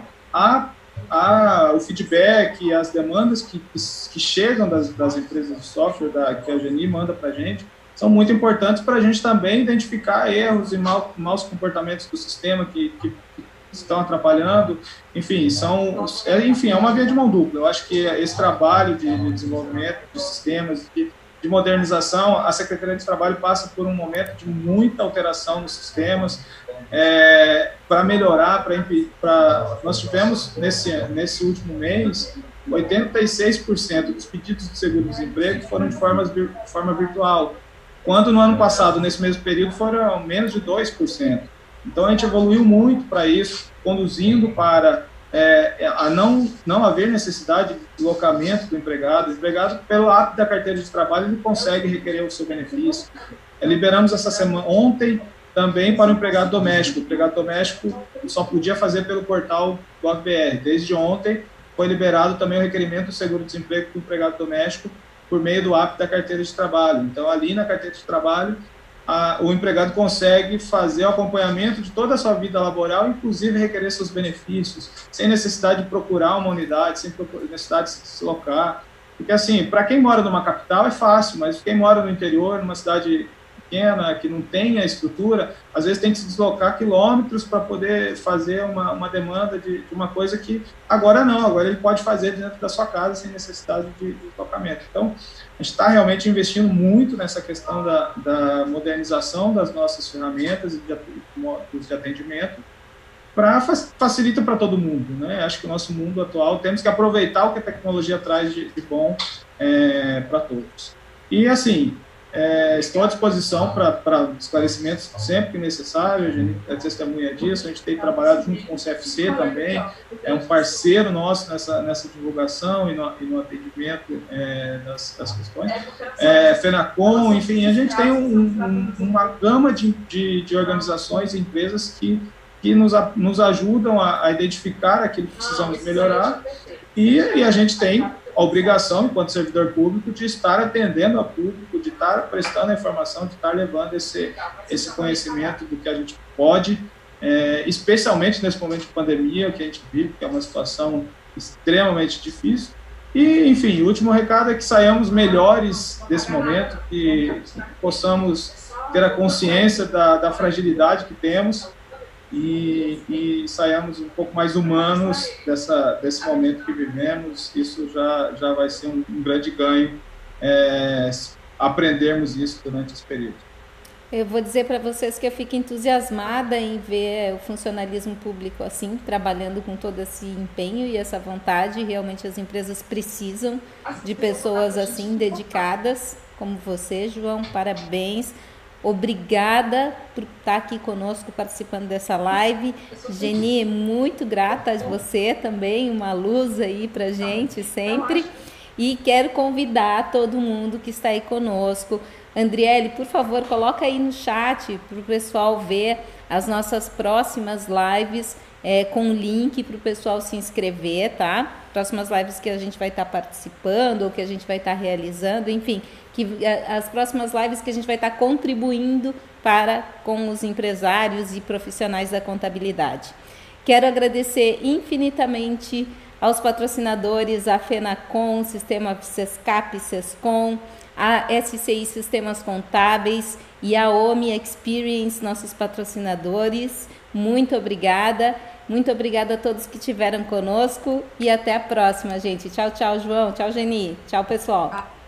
o feedback, as demandas que chegam das empresas de software que a Geni manda para a gente, são muito importantes para a gente também identificar erros e maus comportamentos do sistema que estão atrapalhando. Enfim, é uma via de mão dupla. Eu acho que esse trabalho de desenvolvimento de sistemas, de modernização, a Secretaria de Trabalho passa por um momento de muita alteração nos sistemas, para melhorar, nós tivemos, nesse último mês, 86% dos pedidos de seguro-desemprego foram de forma virtual, quando no ano passado, nesse mesmo período, foram menos de 2%. Então, a gente evoluiu muito para isso, conduzindo para a não haver necessidade de deslocamento do empregado. O empregado, pelo ato da carteira de trabalho, ele consegue requerer o seu benefício. Liberamos essa semana, ontem, também para o empregado doméstico. O empregado doméstico só podia fazer pelo portal do GovBR. Desde ontem, foi liberado também o requerimento do seguro-desemprego para o empregado doméstico por meio do app da carteira de trabalho. Então, ali na carteira de trabalho, o empregado consegue fazer o acompanhamento de toda a sua vida laboral, inclusive requerer seus benefícios, sem necessidade de procurar uma unidade, sem necessidade de se deslocar. Porque, assim, para quem mora numa capital é fácil, mas quem mora no interior, numa cidade pequena, que não tem a estrutura, às vezes tem que se deslocar quilômetros para poder fazer uma demanda de uma coisa que agora não, agora ele pode fazer dentro da sua casa sem necessidade de deslocamento. Então, a gente está realmente investindo muito nessa questão da modernização das nossas ferramentas e de atendimento, para facilita para todo mundo, né? Acho que o nosso mundo atual, temos que aproveitar o que a tecnologia traz de bom para todos. E, assim, estou à disposição para esclarecimentos sempre que necessário. A gente é testemunha disso. A gente tem trabalhado junto com o CFC também, é um parceiro nosso nessa divulgação e no atendimento das questões. FENACOM, enfim, a gente tem uma gama de organizações e empresas que nos ajudam a identificar aquilo que precisamos melhorar, e a gente tem a obrigação, enquanto servidor público, de estar atendendo ao público, de estar prestando a informação, de estar levando esse conhecimento do que a gente pode, especialmente nesse momento de pandemia que a gente vive, que é uma situação extremamente difícil. E, enfim, o último recado é que saiamos melhores desse momento, que possamos ter a consciência da fragilidade que temos, e saiamos um pouco mais humanos desse momento que vivemos. Isso já vai ser um grande ganho, aprendermos isso durante esse período. Eu vou dizer para vocês que eu fico entusiasmada em ver o funcionalismo público assim, trabalhando com todo esse empenho e essa vontade. Realmente as empresas precisam de pessoas assim, dedicadas, como você, João. Parabéns. Obrigada por estar aqui conosco participando dessa live. Geni, muito grata a você também, uma luz aí pra gente sempre. E quero convidar todo mundo que está aí conosco. Andriele, por favor, coloca aí no chat para o pessoal ver as nossas próximas lives, com link para o pessoal se inscrever, tá? Próximas lives que a gente vai estar participando ou que a gente vai estar realizando, enfim, as próximas lives que a gente vai estar contribuindo com os empresários e profissionais da contabilidade. Quero agradecer infinitamente aos patrocinadores, a FENACOM, Sistema Sescap, Sescom, a SCI Sistemas Contábeis e a OMI Experience, nossos patrocinadores. Muito obrigada. Muito obrigada a todos que estiveram conosco e até a próxima, gente. Tchau, tchau, João. Tchau, Geni. Tchau, pessoal.